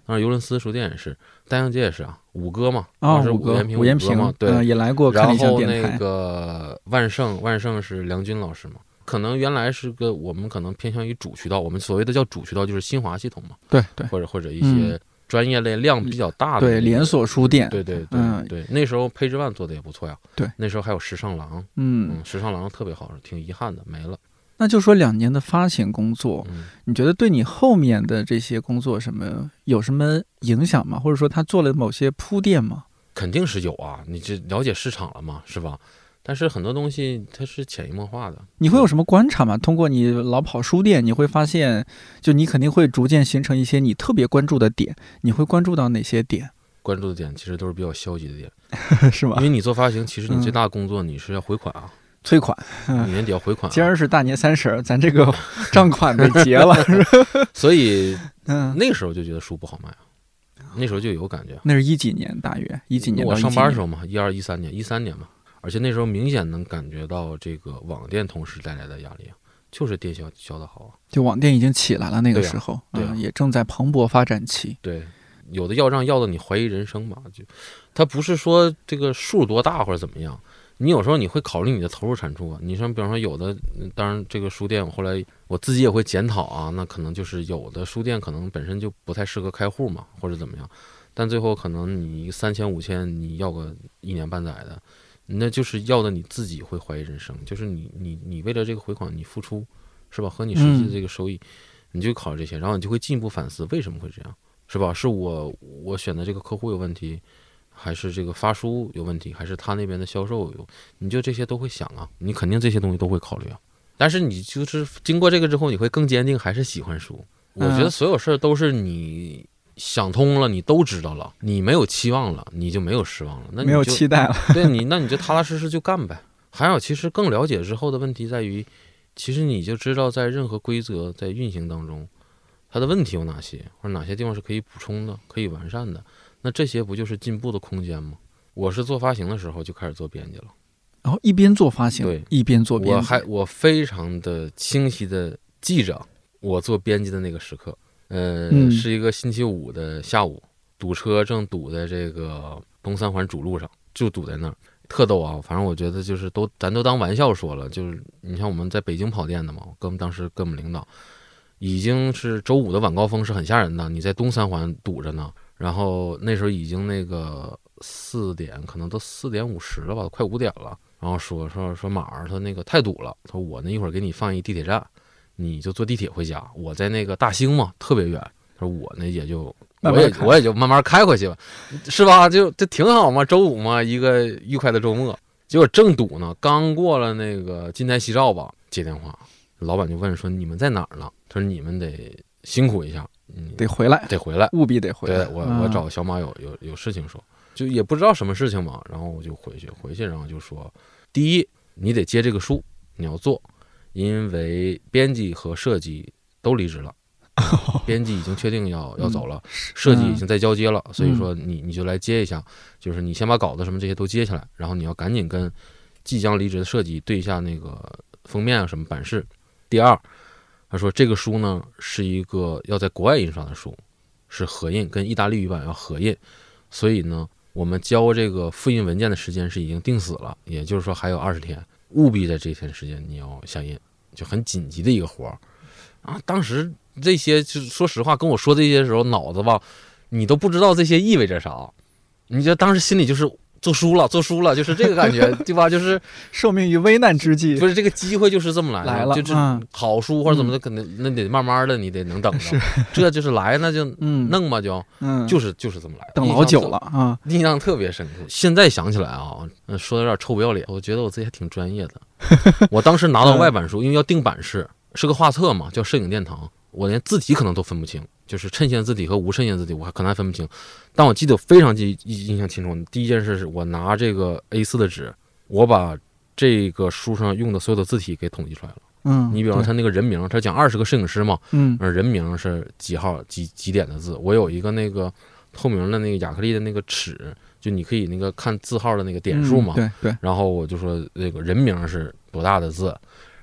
Speaker 2: 当然尤伦斯书店也是，丹阳街也是啊，五哥嘛，
Speaker 1: 哦，
Speaker 2: 五言平嘛，对，
Speaker 1: 也来过看理想电台。
Speaker 2: 然后那个万盛是梁军老师嘛，可能原来是个我们可能偏向于主渠道，我们所谓的叫主渠道就是新华系统嘛，
Speaker 1: 对，
Speaker 2: 或者一些专业类量比较大的、
Speaker 1: 对连锁书店，
Speaker 2: 对，那时候培之万做的也不错呀，
Speaker 1: 对，
Speaker 2: 那时候还有时尚廊，时尚廊特别好，挺遗憾的没了。
Speaker 1: 那就说2年的发行工作，你觉得对你后面的这些工作有什么影响吗？或者说他做了某些铺垫吗？
Speaker 2: 肯定是有啊，你这了解市场了嘛，是吧？但是很多东西它是潜移默化的。
Speaker 1: 你会有什么观察吗？通过你老跑书店，你会发现，就你肯定会逐渐形成一些你特别关注的点。你会关注到哪些点？
Speaker 2: 关注的点其实都是比较消极的点，
Speaker 1: 是吗？
Speaker 2: 因为你做发行，其实你最大的工作你是要回款啊。
Speaker 1: 催款，
Speaker 2: 你年底要回款，
Speaker 1: 今儿是大年30，咱这个账款得结了，
Speaker 2: 所以那个时候就觉得书不好卖啊，那时候就有感觉。
Speaker 1: 那是10几年，大约10几年到11几年。
Speaker 2: 我上班的时候嘛，12、13年嘛，而且那时候明显能感觉到这个网店同时带来的压力，就是电销销的好啊，
Speaker 1: 就网店已经起来了，那个时候，
Speaker 2: 对
Speaker 1: 也正在蓬勃发展期。
Speaker 2: 对，有的要账要的你怀疑人生吧，就他不是说这个数多大或者怎么样。你有时候你会考虑你的投入产出啊，你像比方说有的，当然这个书店我后来我自己也会检讨啊，那可能就是有的书店可能本身就不太适合开户嘛，或者怎么样，但最后可能你3000、5000你要个1年半载的，那就是要的你自己会怀疑人生，就是你为了这个回款你付出是吧，和你实际的这个收益，你就考虑这些，然后你就会进一步反思为什么会这样，是吧？是我选的这个客户有问题，还是这个发书有问题，还是他那边的销售有，你就这些都会想啊，你肯定这些东西都会考虑啊。但是你就是经过这个之后，你会更坚定，还是喜欢书。我觉得所有事儿都是你想通了，你都知道了，你没有期望了，你就没有失望了，那你就
Speaker 1: 没有期待了。
Speaker 2: 对那你就踏踏实实就干呗。还有，其实更了解之后的问题在于，其实你就知道在任何规则在运行当中，它的问题有哪些，或者哪些地方是可以补充的，可以完善的。那这些不就是进步的空间吗？我是做发行的时候就开始做编辑了，
Speaker 1: 然后一边做发行，
Speaker 2: 对，
Speaker 1: 一边做编辑。
Speaker 2: 我非常的清晰的记着我做编辑的那个时刻，是一个星期五的下午，堵车正堵在这个东三环主路上，就堵在那儿，特逗啊！反正我觉得就是咱都当玩笑说了，就是你像我们在北京跑店的嘛，当时跟我们领导，已经是周五的晚高峰是很吓人的，你在东三环堵着呢。然后那时候已经那个4点，可能都4点50了吧，快5点了。然后说马儿他那个太堵了，他说我那一会儿给你放一地铁站，你就坐地铁回家。我在那个大兴嘛，特别远。他说我呢也就我也就慢慢开回去吧，是吧？就这挺好嘛，周五嘛，一个愉快的周末。结果正堵呢，刚过了那个金台夕照吧，接电话，老板就问说你们在哪儿呢？他说你们得辛苦一下。
Speaker 1: 得回来，务必得回来。
Speaker 2: 对，我找小马有事情说，就也不知道什么事情嘛，然后我就回去，然后就说，第一，你得接这个书，你要做，因为编辑和设计都离职了，编辑已经确定要走了，设计已经在交接了，所以说你就来接一下，就是你先把稿子什么这些都接下来，然后你要赶紧跟即将离职的设计对一下那个封面啊什么版式。第二，他说这个书呢是一个要在国外印刷的书，是合印，跟意大利语版要合印，所以呢我们交这个复印文件的时间是已经定死了，也就是说还有20天，务必在这天时间你要下印，就很紧急的一个活啊。当时这些就说实话跟我说这些时候，脑子吧你都不知道这些意味着啥，你就当时心里就是做书了，就是这个感觉，对吧？就是
Speaker 1: 受命于危难之际，
Speaker 2: 不是这个机会就是这么来
Speaker 1: 了，
Speaker 2: 就是好书或者怎么的，可能那得慢慢的，你得能等着，这就是来那就弄吧，就是这么来，
Speaker 1: 等老久了啊，
Speaker 2: 印象特别深刻。现在想起来啊，说的有点臭不要脸，我觉得我自己还挺专业的。我当时拿到外版书，因为要定版式，是个画册嘛，叫《摄影殿堂》，我连字体可能都分不清。就是衬线字体和无衬线字体我可能还分不清，但我记得非常印象清楚。第一件事是我拿这个 A4 的纸，我把这个书上用的所有的字体给统计出来了。你比方说他那个人名，他讲20个摄影师嘛，人名是几号几点的字，我有一个那个透明的那个亚克力的那个尺，就你可以那个看字号的那个点数嘛，
Speaker 1: 对。
Speaker 2: 然后我就说那个人名是多大的字，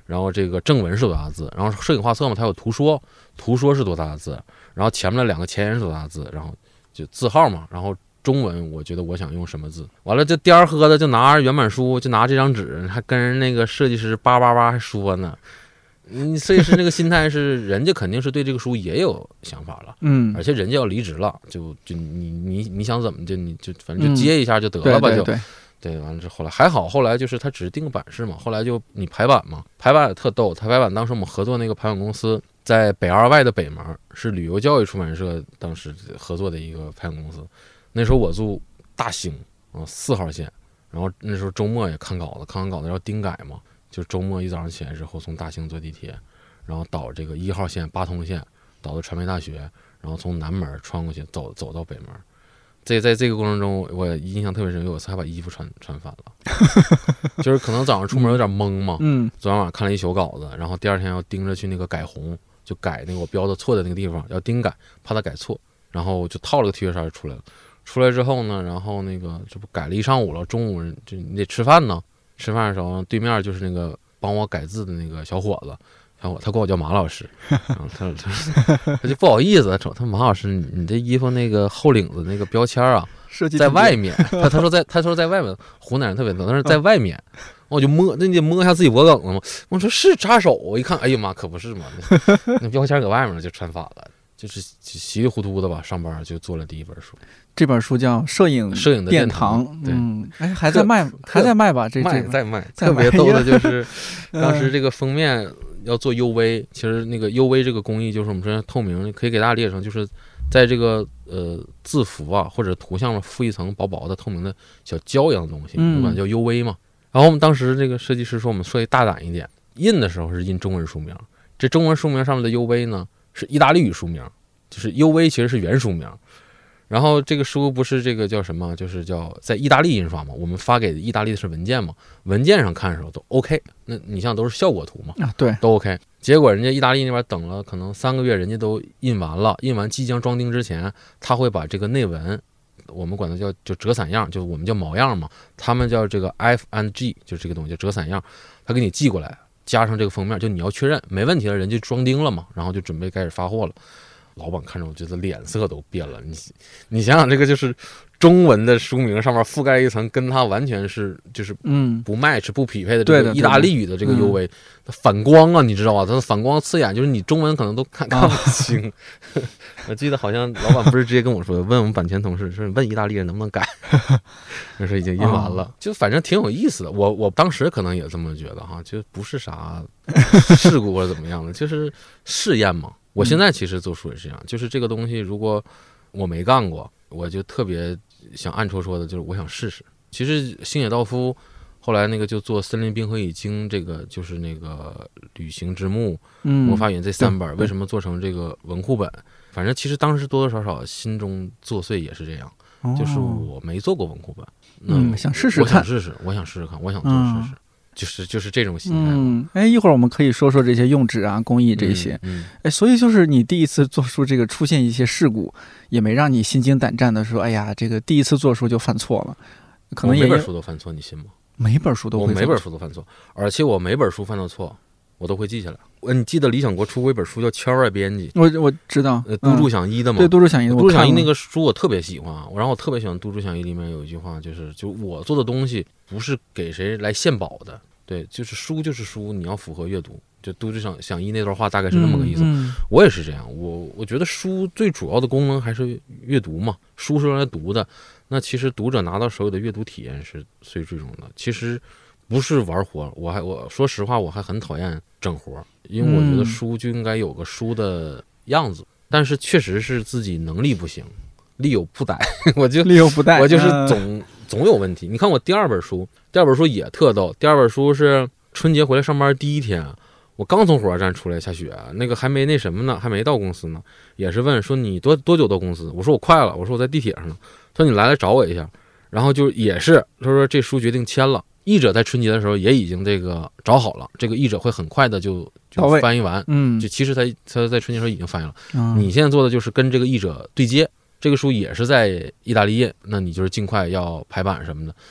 Speaker 2: 然后这个正文是多大字，然后摄影画册嘛，它有图说，图说是多大字，然后前面的2个前言是多大字，然后就字号嘛，然后中文我觉得我想用什么字，完了这颠喝的就拿着原版书，就拿这张纸，还跟人那个设计师叭叭叭还说呢。你设计师那个心态是，人家肯定是对这个书也有想法了，而且人家要离职了，就你想怎么就你就反正就接一下就得了吧，对，完了之后来还好，后来就是他只是定个版式嘛，后来就你排版嘛，排版也特逗，排版当时我们合作那个排版公司在北2外的北门，是旅游教育出版社当时合作的一个排版公司，那时候我住大兴4号线，然后那时候周末也看稿子，看完稿子要丁改嘛。就周末一早上起来之后，从大兴坐地铁，然后倒这个1号线八通线，倒到传媒大学，然后从南门穿过去，走到北门。在这个过程中，我印象特别深，有一次还把衣服穿反了，就是可能早上出门有点懵嘛，昨天晚上看了一宿稿子，然后第2天要盯着去那个改红，就改那个我标的错的那个地方，要丁改，怕他改错，然后就套了个 T 恤衫就出来了。出来之后呢，然后那个这不改了一上午了，中午就你得吃饭呢。吃饭的时候，对面就是那个帮我改字的那个小伙子，他管我叫马老师，然后他就不好意思，他马老师，你这衣服那个后领子那个标签啊，在外面，他说在外面，湖南人特别多，但是在外面，我就那你摸一下自己脖梗了吗？我说是扎手，我一看，哎呀妈，可不是嘛，那标签搁外面了，就穿反了。就是稀里糊涂的吧，上班就做了第一本书。
Speaker 1: 这本书叫《摄影
Speaker 2: 的殿堂》，
Speaker 1: 还在卖，还在卖吧？
Speaker 2: 在卖。特别逗的就是当时这个封面要做 UV，其实那个 UV 这个工艺就是我们说透明，可以给大家理解成就是在这个字符啊或者图像上附一层薄薄的透明的小胶一样的东西，我们管叫 UV 嘛。然后我们当时这个设计师说我们设计大胆一点，印的时候是印中文书名，这中文书名上面的 UV 呢是意大利语书名，就是 UV 其实是原书名。然后这个书不是这个叫什么，就是叫在意大利印刷嘛，我们发给意大利的是文件嘛，文件上看的时候都 OK， 那你像都是效果图嘛，
Speaker 1: 对，
Speaker 2: 都 OK。结果人家意大利那边等了可能3个月，人家都印完了，印完即将装订之前，他会把这个内文，我们管它就折散样，就我们叫毛样嘛，他们叫这个 F&G， 就这个东西叫折散样，他给你寄过来，加上这个封面，就你要确认没问题了，人家装订了嘛，然后就准备开始发货了。老板看着我觉得脸色都变了，你想想，这个就是中文的书名上面覆盖一层跟它完全是就是不 match 不匹配的这个意大利语的这个 UV，它反光啊，你知道吧？它的反光刺眼，就是你中文可能都看不清。我记得好像老板不是直接跟我说，问我们版权同事说，问意大利人能不能改，那时候已经印完了，就反正挺有意思的。我当时可能也这么觉得哈，就不是啥事故或者怎么样的，就是试验嘛。我现在其实做书也是这样，就是这个东西如果我没干过，我就特别想暗戳戳的，就是我想试试。其实星野道夫后来那个就做《森林冰河已经》，这个就是那个旅行之墓、魔法园这3本，为什么做成这个文库本？反正其实当时多多少少心中作祟也是这样，就是我没做过文库本，
Speaker 1: 想试试看，
Speaker 2: 我想试试看，我想做试试。就是这种心态。
Speaker 1: 一会儿我们可以说说这些用纸啊、工艺这些。所以就是你第一次做书，这个出现一些事故，也没让你心惊胆战的说，哎呀，这个第一次做书就犯错了，可能也
Speaker 2: 每本书都犯错，你信吗？
Speaker 1: 每本书都会犯错，
Speaker 2: 我每本书都犯错，而且我每本书犯的错，我都会记下来。你记得理想国出过一本书叫《圈外编辑》，
Speaker 1: 我知道，
Speaker 2: 都筑响一的嘛。
Speaker 1: 对，都筑响一的，
Speaker 2: 都筑响一那个书我特别喜欢，然后我特别喜欢都筑响一里面有一句话，就我做的东西不是给谁来献宝的。对，就是书就是书，你要符合阅读。就都筑响一那段话大概是那么个意思。我也是这样，我觉得书最主要的功能还是阅读嘛，书是用来读的。那其实读者拿到手里的阅读体验是最重的。其实不是玩活，我说实话，我还很讨厌整活，因为我觉得书就应该有个书的样子。但是确实是自己能力不行，力有不逮，我就是总有问题。你看我第二本书也特逗。第二本书是春节回来上班第1天，我刚从火车站出来，下雪，那个还没那什么呢，还没到公司呢，也是问说你多久到公司？我说我快了，我说我在地铁上呢。他说你来找我一下，然后就也是他说这书决定签了，译者在春节的时候也已经这个找好了，这个译者会很快的就翻译完，就其实他在春节的时候已经翻译了。你现在做的就是跟这个译者对接，这个书也是在意大利印，那你就是尽快要排版什么的。然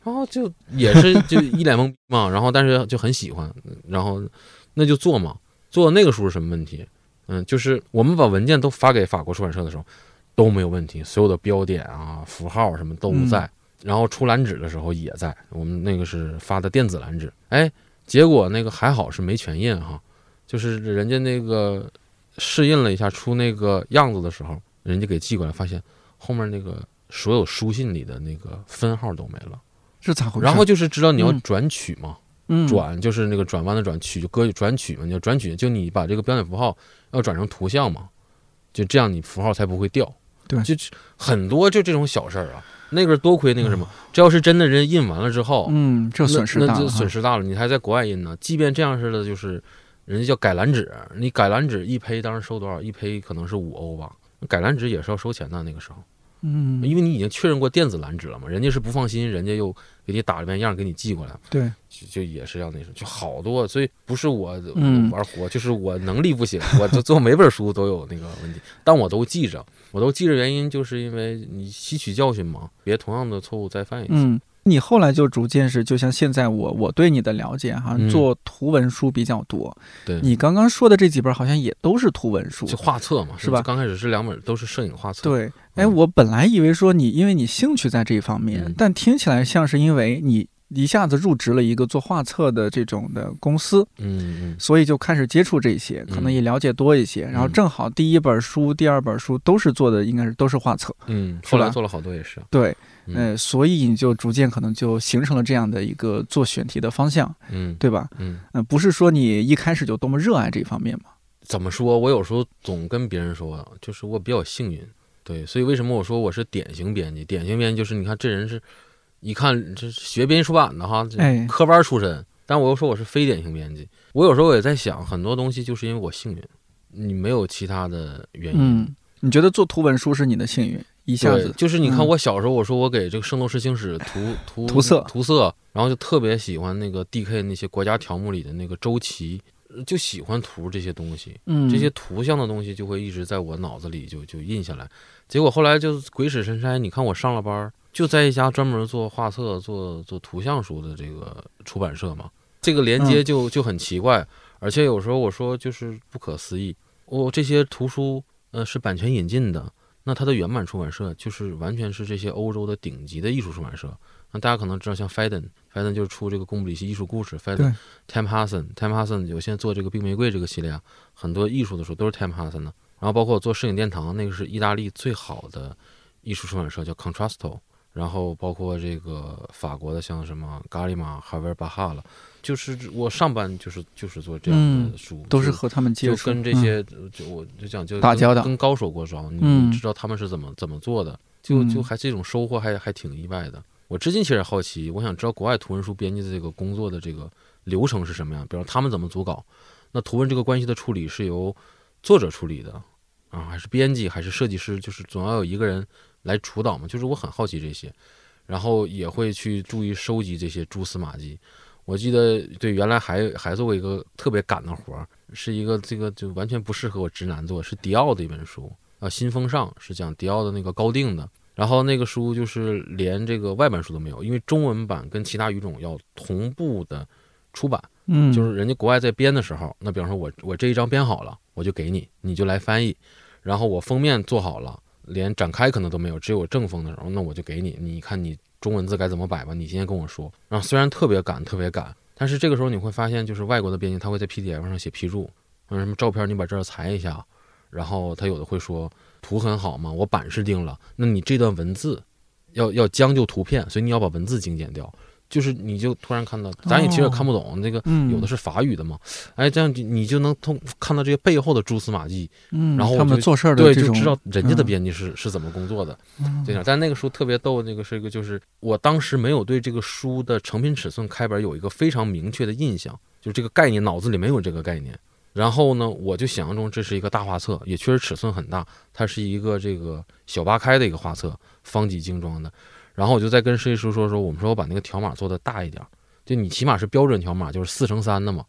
Speaker 2: 然后就也是就一脸懵逼嘛，然后但是就很喜欢，然后那就做嘛。做那个书是什么问题？就是我们把文件都发给法国出版社的时候都没有问题，所有的标点啊、符号什么都在。然后出蓝纸的时候也在，我们那个是发的电子蓝纸，结果那个还好是没全印哈，就是人家那个试印了一下出那个样子的时候，人家给寄过来，发现后面那个所有书信里的那个分号都没了，
Speaker 1: 是咋回事？
Speaker 2: 然后就是知道你要转取嘛，转就是那个转弯的转，取就搁转取嘛，你要转取就你把这个标点符号要转成图像嘛，就这样你符号才不会掉。
Speaker 1: 对，
Speaker 2: 就很多就这种小事儿啊。那个多亏那个什么，这要是真的人印完了之后，
Speaker 1: 这损失大了，
Speaker 2: 那就损失大了。你还在国外印呢，即便这样似的，就是人家叫改蓝纸，你改蓝纸一胚当时收多少？一胚可能是5欧吧，改蓝纸也是要收钱的那个时候。因为你已经确认过电子蓝纸了嘛，人家是不放心，人家又给你打了遍样给你寄过来，
Speaker 1: 对，
Speaker 2: 就也是要那什么，就好多，所以不是我玩活，就是我能力不行，我就做每本书都有那个问题，但我都记着，原因就是因为你吸取教训嘛，别同样的错误再犯一次。
Speaker 1: 你后来就逐渐是，就像现在我对你的了解哈，做图文书比较多。
Speaker 2: 对，
Speaker 1: 你刚刚说的这几本好像也都是图文书，
Speaker 2: 就画册嘛，
Speaker 1: 是吧？
Speaker 2: 刚开始是2本都是摄影画册。
Speaker 1: 对，我本来以为说因为你兴趣在这一方面，但听起来像是因为你一下子入职了一个做画册的这种的公司，所以就开始接触这些，可能也了解多一些，然后正好第一本书、第二本书都是做的，应该是都是画册，
Speaker 2: 后来做了好多也是，
Speaker 1: 对，所以你就逐渐可能就形成了这样的一个做选题的方向，对吧？不是说你一开始就多么热爱这方面嘛？
Speaker 2: 怎么说？我有时候总跟别人说，就是我比较幸运，对，所以为什么我说我是典型编辑？典型编辑就是你看这人是。一看这学编辑出版的哈，科班出身，但我又说我是非典型编辑。我有时候也在想，很多东西就是因为我幸运，你没有其他的原因。
Speaker 1: 你觉得做图文书是你的幸运？一下子
Speaker 2: 就是你看我小时候，我说我给这个《圣斗士星矢》涂色，然后就特别喜欢那个 DK 那些国家条目里的那个周期，就喜欢图这些东西，这些图像的东西就会一直在我脑子里就印下来。结果后来就鬼使神差，你看我上了班。就在一家专门做画册、做图像书的这个出版社嘛，这个连接就很奇怪，而且有时候我说就是不可思议。这些图书是版权引进的，那它的原版出版社就是完全是这些欧洲的顶级的艺术出版社。那大家可能知道，像 Faden 就是出这个贡布里希艺术故事 ，Faden Tam Hassan 有现在做这个冰玫瑰这个系列啊，很多艺术的书都是 Tam Hassan 的。然后包括我做摄影殿堂，那个是意大利最好的艺术出版社叫 Contrasto。然后包括这个法国的像什么咖喱玛、哈维尔巴哈了，就是我上班就是做这样的书，
Speaker 1: 都是和他们接触，
Speaker 2: 就跟这些我就讲就
Speaker 1: 打交道，
Speaker 2: 跟高手过招，你知道他们是怎么做的，就还这种收获还挺意外的。我至今其实也好奇，我想知道国外图文书编辑的这个工作的这个流程是什么样，比如他们怎么组稿，那图文这个关系的处理是由作者处理的啊，还是编辑，还是设计师，就是总要有一个人来主导嘛，就是我很好奇这些，然后也会去注意收集这些蛛丝马迹。我记得对，原来还做过一个特别赶的活，是一个这个就完全不适合我直男做，是迪奥的一本书啊，新风尚是讲迪奥的那个高定的，然后那个书就是连这个外版书都没有，因为中文版跟其他语种要同步的出版，就是人家国外在编的时候，那比方说我这一章编好了，我就给你，你就来翻译，然后我封面做好了。连展开可能都没有，只有正风的时候，那我就给你，你看你中文字该怎么摆吧，你今天跟我说。然后虽然特别赶，但是这个时候你会发现，就是外国的编辑他会在 PDF 上写批注，什么照片你把这儿裁一下，然后他有的会说图很好嘛，我版是定了，那你这段文字要将就图片，所以你要把文字精简掉。就是你就突然看到，咱也其实也看不懂，这个有的是法语的嘛，这样你就能看到这些背后的蛛丝马迹，然后
Speaker 1: 他们做事的
Speaker 2: 对，就知道人家的编辑是怎么工作的，这样。但那个书特别逗，那个是一个就是我当时没有对这个书的成品尺寸开本有一个非常明确的印象，就是这个概念脑子里没有这个概念。然后呢，我就想象中这是一个大画册，也确实尺寸很大，它是一个这个小八开的一个画册，方几精装的。然后我就在跟设计师说，我们说我把那个条码做的大一点，就你起码是标准条码，就是4×3的嘛。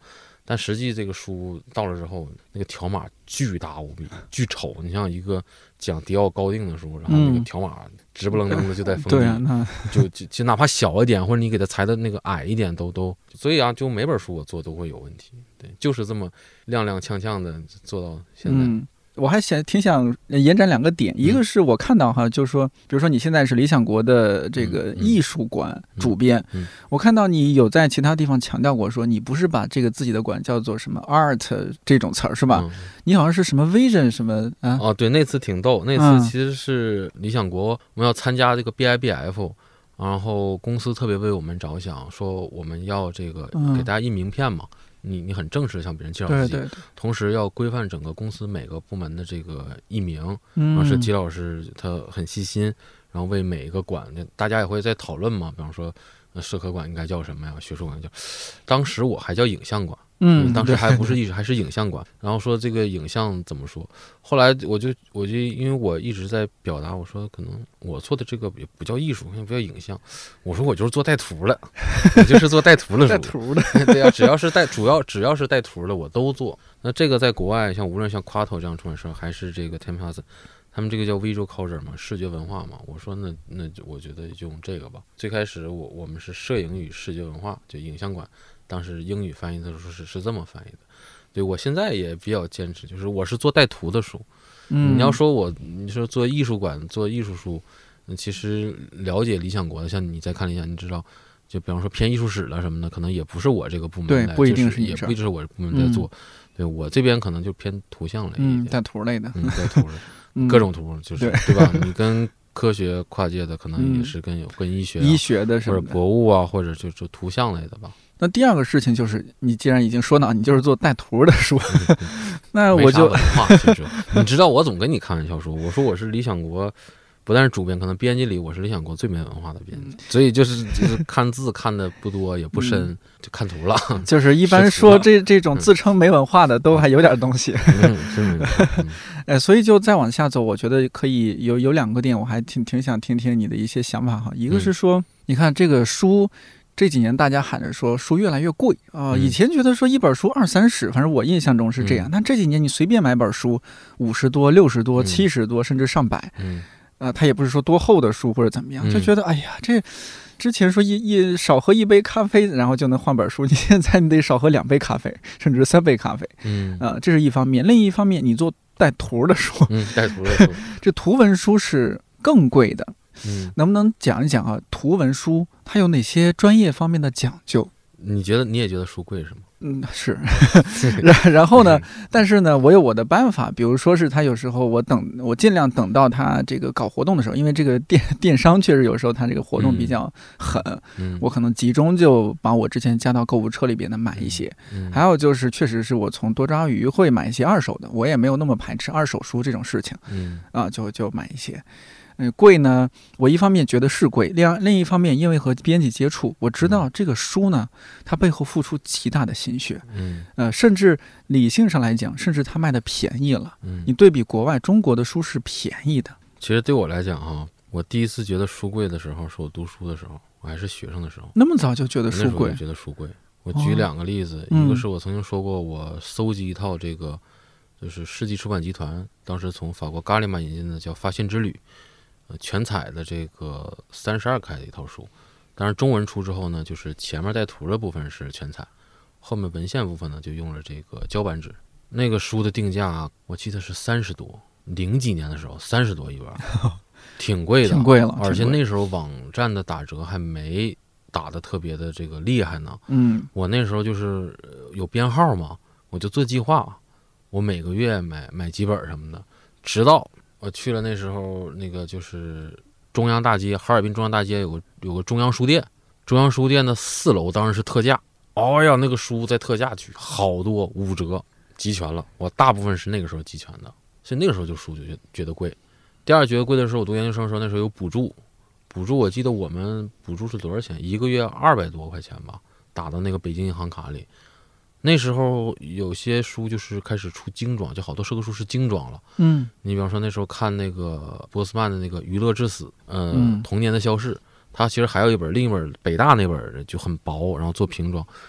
Speaker 2: 但实际这个书到了之后，那个条码巨大无比，巨丑。你像一个讲迪奥高定的书，然后那个条码直不愣登的就在封底，
Speaker 1: 对啊，
Speaker 2: 就哪怕小一点，或者你给它裁的那个矮一点都，所以啊，就每本书我做都会有问题。对，就是这么踉踉跄跄的做到现在。
Speaker 1: 我还挺想延展2个点，一个是我看到哈，就是说，比如说你现在是理想国的这个艺术馆主编，我看到你有在其他地方强调过，说你不是把这个自己的馆叫做什么 art 这种词儿是吧？你好像是什么 vision 什么啊？
Speaker 2: 哦，对，那次挺逗，那次其实是理想国我们要参加这个 BIBF。然后公司特别为我们着想，说我们要这个给大家印名片嘛，你很正式地向别人介绍自己，
Speaker 1: 对，
Speaker 2: 同时要规范整个公司每个部门的这个译名。然后是季老师他很细心，然后为每一个馆，大家也会在讨论嘛，比方说社科馆应该叫什么呀，学术馆叫，当时我还叫影像馆。当时还不是艺术，还是影像馆。然后说这个影像怎么说？后来我就因为我一直在表达，我说可能我做的这个也不叫艺术，也不叫影像。我说我就是做带图的，我就是做带图的书。
Speaker 1: 带图的，
Speaker 2: 对啊，只要是带图的我都做。那这个在国外，无论像 Quato 这样出版社，还是这个 Tim Hudson，他们这个叫 Visual Culture 嘛，视觉文化嘛。我说那我觉得就用这个吧。最开始我们是摄影与视觉文化，就影像馆。当时英语翻译的时候是这么翻译的。对，我现在也比较坚持，就是我是做带图的书。你要说你说做艺术馆做艺术书，其实了解理想国的，像你在看理想，你知道，就比方说偏艺术史了什么的，可能也不是我这个部门来，
Speaker 1: 对，不一定是
Speaker 2: 也不一定是我部门在做。对，我这边可能就偏图像类一点，
Speaker 1: 带图类的，
Speaker 2: 带图的，各种图，就是对吧？你跟科学跨界的，可能也是跟医学
Speaker 1: 的
Speaker 2: 或者博物啊，或者就图像类的吧。
Speaker 1: 那第二个事情就是，你既然已经说到你就是做带图的书，那我就
Speaker 2: 文化，你知道我总跟你开玩笑说，我说我是理想国，不但是主编，可能编辑里我是理想国最没文化的编辑，所以就是看字看的不多也不深，就看图了。
Speaker 1: 就是一般说这种自称没文化的都还有点东西。所以就再往下走，我觉得可以有2个点，我还挺想听听你的一些想法哈。一个是说，你看这个书。这几年大家喊着说书越来越贵啊，以前觉得说一本书20-30，反正我印象中是这样。但这几年你随便买本书，50多、60多、70多，甚至上百，它也不是说多厚的书或者怎么样，就觉得哎呀，这之前说少喝1杯咖啡，然后就能换本书，你现在你得少喝2杯咖啡，甚至3杯咖啡，这是一方面。另一方面，你做带图的书，
Speaker 2: 带图的书，
Speaker 1: 这图文书是更贵的。能不能讲一讲啊？图文书它有哪些专业方面的讲究？你
Speaker 2: 也觉得书贵是吗？
Speaker 1: 是。然后呢？但是呢，我有我的办法，比如说是他有时候我尽量等到他这个搞活动的时候，因为这个电商确实有时候他这个活动比较狠，我可能集中就把我之前加到购物车里边的买一些。还有就是确实是我从多抓鱼会买一些二手的，我也没有那么排斥二手书这种事情，就买一些。贵呢，我一方面觉得是贵，另一方面因为和编辑接触，我知道这个书呢，它背后付出极大的心血，甚至理性上来讲，甚至它卖的便宜了。你对比国外，中国的书是便宜的。
Speaker 2: 其实对我来讲哈，我第一次觉得书贵的时候，是我读书的时候，我还是学生的时候。
Speaker 1: 那么早就觉得书贵？
Speaker 2: 那时候就觉得书贵。我举2个例子，一个是我曾经说过，我搜集一套这个，就是世纪出版集团当时从法国伽利曼引进的叫《发现之旅》。全彩的这个32开的一套书，当然中文出之后呢，就是前面带图的部分是全彩，后面文献部分呢就用了这个胶版纸。那个书的定价我记得是30多，00几年的时候30多一本，挺贵的，
Speaker 1: 挺贵了。
Speaker 2: 而且那时候网站的打折还没打的特别的这个厉害呢。我那时候就是有编号嘛，我就做计划，我每个月买几本什么的，直到我去了那时候，那个就是中央大街，哈尔滨中央大街有个中央书店，中央书店的4楼当时是特价，哎呀，那个书在特价区，好多5折，集全了。我大部分是那个时候集全的，所以那个时候就书就觉得贵。第二觉得贵的时候，我读研究生的时候，那时候有补助，我记得我们补助是多少钱？1个月200多块钱吧，打到那个北京银行卡里。那时候有些书就是开始出精装，就好多社科书是精装了。你比方说那时候看那个波斯曼的那个《娱乐至死》，童年的消逝，他其实还有另一本北大那本就很薄，然后做平装，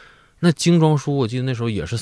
Speaker 2: 那精装书我记得那时候也是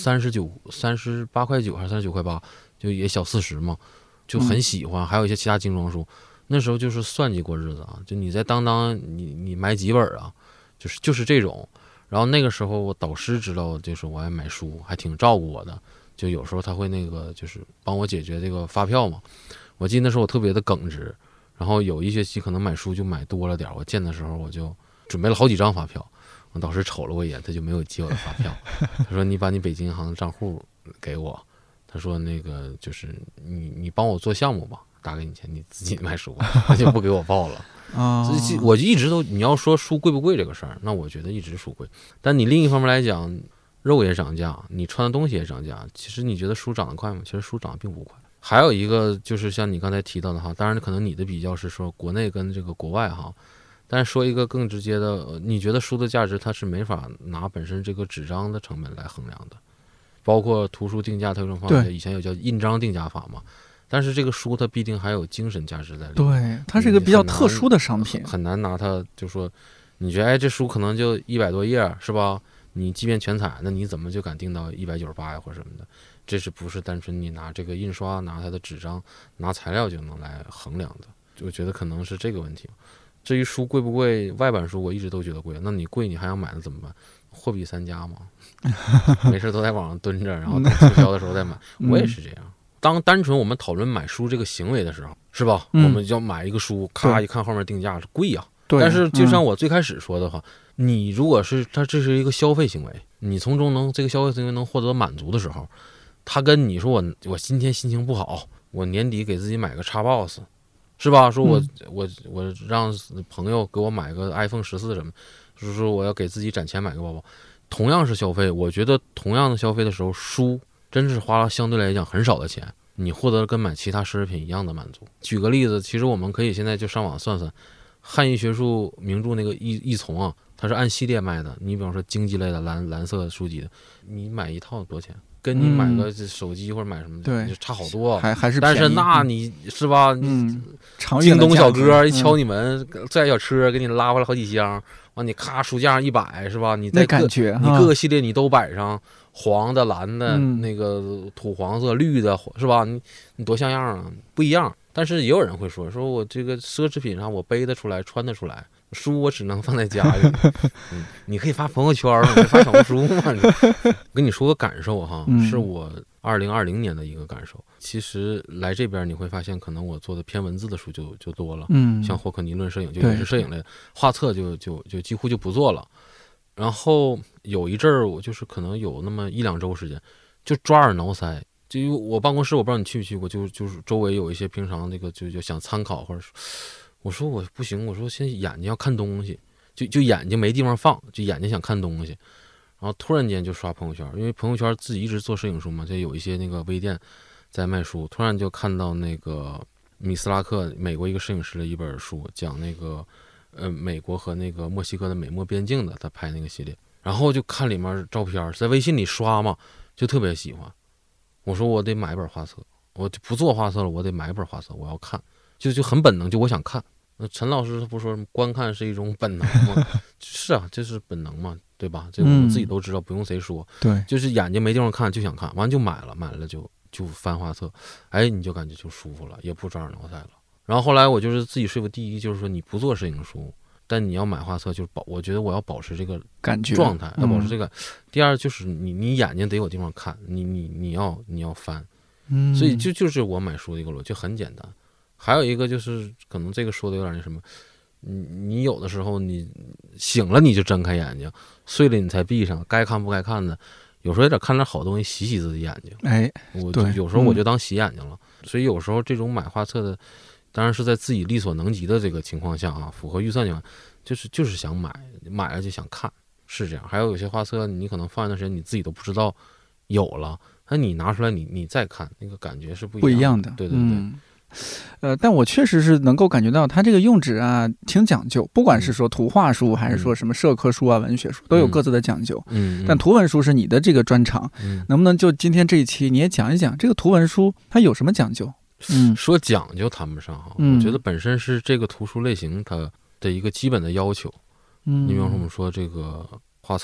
Speaker 2: 38.9块还是39块8，就也小40嘛，就很喜欢。还有一些其他精装书，那时候就是算计过日子啊，就你在当当你买几本啊，就是这种。然后那个时候我导师知道就是我爱买书，还挺照顾我的，就有时候他会那个就是帮我解决这个发票嘛。我记得那时候我特别的耿直，然后有一学期可能买书就买多了点，我见的时候我就准备了好几张发票。我导师瞅了我一眼，他就没有接我的发票。他说：“你把你北京银行的账户给我。”他说：“那个就是你帮我做项目吧，打给你钱，你自己买书。”他就不给我报了。我就一直都，你要说书贵不贵这个事儿，那我觉得一直书贵。但你另一方面来讲，肉也涨价，你穿的东西也涨价。其实你觉得书涨得快吗？其实书涨得并不快。还有一个就是像你刚才提到的哈，当然可能你的比较是说国内跟这个国外哈。但是说一个更直接的，你觉得书的价值它是没法拿本身这个纸张的成本来衡量的，包括图书定价它有种方法，以前有叫印章定价法嘛。但是这个书它必定还有精神价值在里面，
Speaker 1: 对，它是一个比较特殊的商品，
Speaker 2: 很难拿它就说，你觉得这书可能就100多页是吧？你即便全彩，那你怎么就敢定到198呀或什么的？这是不是单纯你拿这个印刷、拿它的纸张、拿材料就能来衡量的？我觉得可能是这个问题。至于书贵不贵，外版书我一直都觉得贵。那你贵，你还想买那怎么办？货比三家嘛，没事都在网上蹲着，然后等促销的时候再买。我也是这样。当单纯我们讨论买书这个行为的时候，是吧？我们就要买一个书，咔一看后面定价是贵呀。但是就像我最开始说的话，你如果是这是一个消费行为，你从中这个消费行为能获得满足的时候，他跟你说我今天心情不好，我年底给自己买个 Xbox。是吧？说我让朋友给我买个 iPhone 14什么，就是说我要给自己攒钱买个包包，同样是消费，我觉得同样的消费的时候，书真是花了相对来讲很少的钱，你获得跟买其他奢侈品一样的满足。举个例子，其实我们可以现在就上网算算，汉译学术名著那个译丛啊，它是按系列卖的。你比方说经济类的蓝色书籍的，你买一套多少钱？跟你买个手机或者买什么，
Speaker 1: 对，
Speaker 2: 就差好多，
Speaker 1: 还是
Speaker 2: 但是那你是吧？
Speaker 1: 京
Speaker 2: 东小哥一敲你门，载小车给你拉回来好几箱，完你咔书架上100是吧？你在你各个系列你都摆上，黄的、蓝的、那个土黄色、绿的是吧？你多像样啊，不一样。但是也有人会说我这个奢侈品上我背得出来、穿得出来。书我只能放在家里，你可以发朋友圈嘛，你发小红书嘛。我跟你说个感受哈，是我2020年的一个感受。其实来这边你会发现，可能我做的偏文字的书就多了，像霍克尼论摄影就也是摄影类，画册就几乎就不做了。然后有一阵儿我就是可能有那么1-2周时间，就抓耳挠腮。就我办公室，我不知道你去没去过，就是周围有一些平常那个就想参考或者是。我说我不行，我说现在眼睛要看东西，就眼睛没地方放，就眼睛想看东西，然后突然间就刷朋友圈，因为朋友圈自己一直做摄影书嘛，就有一些那个微店在卖书，突然就看到那个米斯拉克美国一个摄影师的一本书，讲那个美国和那个墨西哥的美墨边境的，他拍那个系列，然后就看里面照片，在微信里刷嘛，就特别喜欢。我说我得买本画册，我就不做画册了，我得买本画册，我要看。就很本能，就我想看。陈老师他不说观看是一种本能吗？是啊，这是本能嘛，对吧？这我们自己都知道，不用谁说。
Speaker 1: 对，
Speaker 2: 就是眼睛没地方看就想看，完就买了就翻画册，哎，你就感觉就舒服了，也不抓耳挠腮了。然后后来我就是自己说服，第一就是说你不做摄影书，但你要买画册，就是我觉得我要保持这个
Speaker 1: 感觉
Speaker 2: 状态，要保持这个。第二就是你眼睛得有地方看，你要翻，所以就是我买书的一个逻辑，就很简单。还有一个就是可能这个说的有点那什么，你有的时候你醒了你就睁开眼睛，睡了你才闭上，该看不该看的，有时候有点看点好东西洗自己眼睛。
Speaker 1: 哎，
Speaker 2: 我就有时候我就当洗眼睛了。所以有时候这种买画册的，当然是在自己力所能及的这个情况下啊，符合预算情况，就是想买了就想看，是这样。还有些画册你可能放一段时间你自己都不知道有了，那你拿出来你再看，那个感觉是不一样的。对对对。
Speaker 1: 但我确实是能够感觉到它这个用纸啊挺讲究，不管是说图画书还是说什么社科书啊、文学书，都有各自的讲究。但图文书是你的这个专长，能不能就今天这一期你也讲一讲这个图文书它有什么讲究？
Speaker 2: 说讲究谈不上哈，我觉得本身是这个图书类型它的一个基本的要求。你比方说我们说这个画册，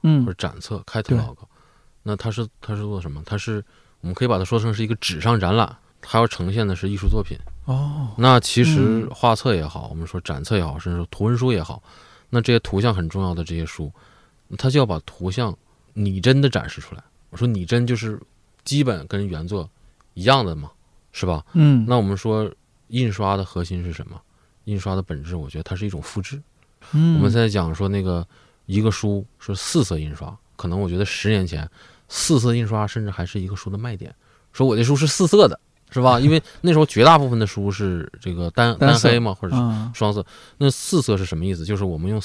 Speaker 2: 或者展册 catalog。那它是做什么？我们可以把它说成是一个纸上展览，它要呈现的是艺术作品。那其实画册也好，我们说展册也好，甚至说图文书也好，那这些图像很重要的这些书，它就要把图像拟真的展示出来。我说拟真就是基本跟原作一样的嘛，是吧？那我们说印刷的核心是什么？印刷的本质，我觉得它是一种复制。我们现在讲说那个一个书是4色印刷，可能我觉得10年前4色印刷甚至还是一个书的卖点，说我这书是4色的，是吧？因为那时候绝大部分的书是这个单黑嘛，或者是双色。那4色是什么意思？就是我们用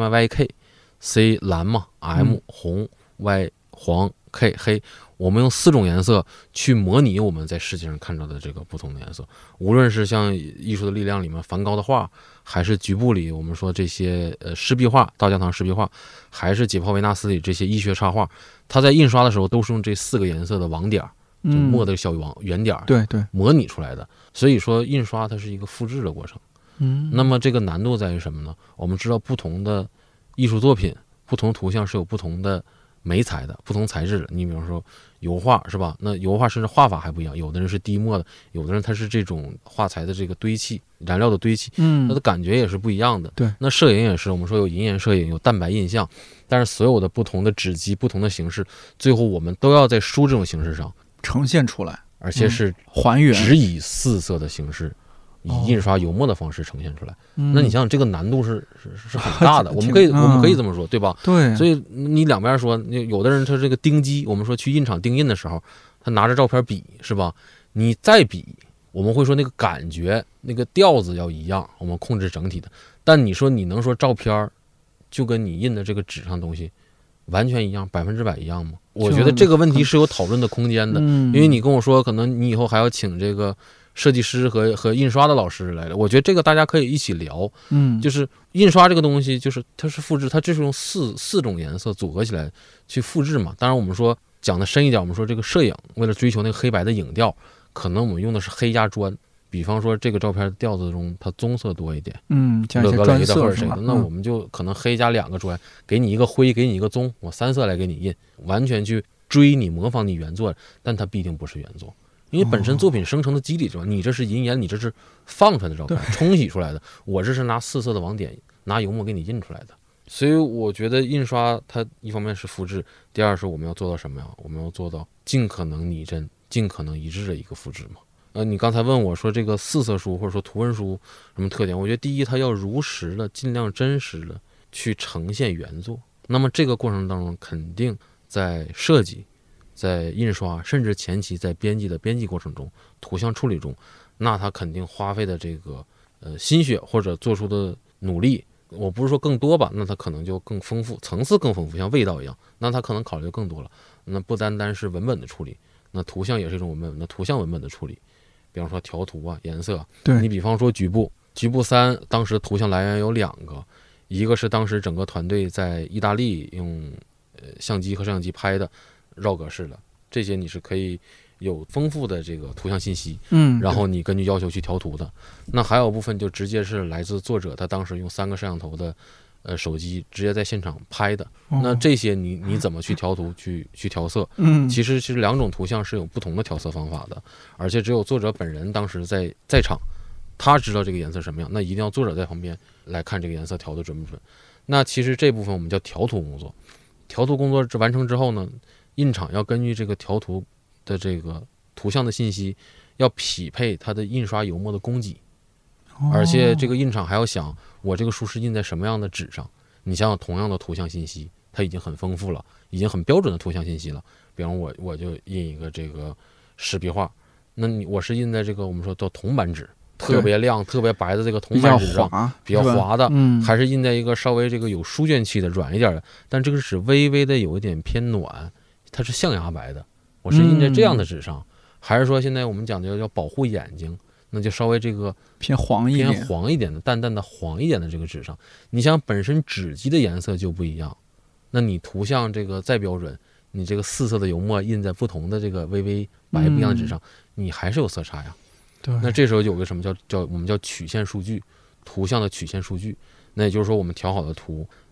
Speaker 2: CMYK，C 蓝嘛，M 红，Y 黄，K 黑，我们用4种颜色去模拟我们在世界上看到的这个不同的颜色。无论是像《艺术的力量》里面梵高的画，还是局部里我们说这些湿壁画，大教堂湿壁画，还是解剖维纳斯里这些医学插画，它在印刷的时候都是用这4个颜色的网点，就墨的小圆点，
Speaker 1: 对，
Speaker 2: 模拟出来的。所以说印刷它是一个复制的过程。那么这个难度在于什么呢？我们知道不同的艺术作品，不同图像是有不同的媒材的，不同材质的。你比方说油画，是吧？那油画甚至画法还不一样，有的人是滴墨的，有的人他是这种画材的这个堆砌，燃料的堆砌，它的感觉也是不一样的。
Speaker 1: 对，
Speaker 2: 那摄影也是，我们说有银盐摄影，有淡白印象，但是所有的不同的纸基、不同的形式，最后我们都要在书这种形式上
Speaker 1: 呈现出来，
Speaker 2: 而且是
Speaker 1: 还原，
Speaker 2: 只以4色的形式，以印刷油墨的方式呈现出来。那你想想，这个难度是很大的。我们可以这么说，对吧？
Speaker 1: 对。
Speaker 2: 所以你两边说，有的人他这个钉机，我们说去印厂钉印的时候，他拿着照片比，是吧？你再比，我们会说那个感觉、那个调子要一样，我们控制整体的。但你说你能说照片就跟你印的这个纸上东西完全一样，100%一样吗？我觉得这个问题是有讨论的空间的。因为你跟我说，可能你以后还要请这个设计师和印刷的老师来了，我觉得这个大家可以一起聊。就是印刷这个东西，就是它是复制，它就是用四种颜色组合起来去复制嘛。当然我们说讲的深一点，我们说这个摄影为了追求那个黑白的影调，可能我们用的是黑加砖。比方说这个照片调子中它棕色多一点，
Speaker 1: 加一些砖色
Speaker 2: 或者谁的，那我们就可能黑加2个砖，给你一个灰，给你一个棕，我3色来给你印，完全去追你模仿你原作，但它必定不是原作。因为本身作品生成的机理是吧？你这是银盐，你这是放出来的照片，冲洗出来的，我这是拿4色的网点，拿油墨给你印出来的。所以我觉得印刷它一方面是复制，第二是我们要做到什么呀？我们要做到尽可能拟真、尽可能一致的一个复制嘛。你刚才问我说这个4色书或者说图文书什么特点？我觉得第一，它要如实的、尽量真实的去呈现原作。那么这个过程当中，肯定在设计、在印刷，甚至前期在编辑过程中、图像处理中，那它肯定花费的这个心血或者做出的努力，我不是说更多吧，那它可能就更丰富，层次更丰富，像味道一样，那它可能考虑更多了。那不单单是文本的处理，那图像也是一种文本的图像文本的处理。比方说调图啊、颜色，你比方说局部3，当时图像来源有2个，一个是当时整个团队在意大利用相机和摄像机拍的绕格式的，这些你是可以有丰富的这个图像信息，然后你根据要求去调图的。那还有部分就直接是来自作者他当时用3个摄像头的手机直接在现场拍的。那这些你怎么去调图去调色？其实2种图像是有不同的调色方法的，而且只有作者本人当时在场，他知道这个颜色什么样，那一定要作者在旁边来看这个颜色调的准不准。那其实这部分我们叫调图工作。调图工作完成之后呢，印厂要根据这个调图的这个图像的信息，要匹配它的印刷油墨的供给。而且这个印厂还要想，我这个书是印在什么样的纸上。你想想，同样的图像信息，它已经很丰富了，已经很标准的图像信息了。比方我就印一个这个湿壁画，那我是印在这个我们说叫铜版纸，特别亮、特别白的这个铜版纸上，比较滑的，还是印在一个稍微这个有书卷气的软一点的，但这个纸微微的有一点偏暖，它是象牙白的，我是印在这样的纸上，还是说现在我们讲究要保护眼睛？那就稍微这个
Speaker 1: 偏黄一
Speaker 2: 点的、淡淡的黄一点的这个纸上，你想本身纸基的颜色就不一样，那你图像这个再标准，你这个4色的油墨印在不同的这个微微白不一样的纸上，你还是有色差呀。
Speaker 1: 对，
Speaker 2: 那这时候有个什么叫我们叫曲线数据，图像的曲线数据。那也就是说，我们调好的图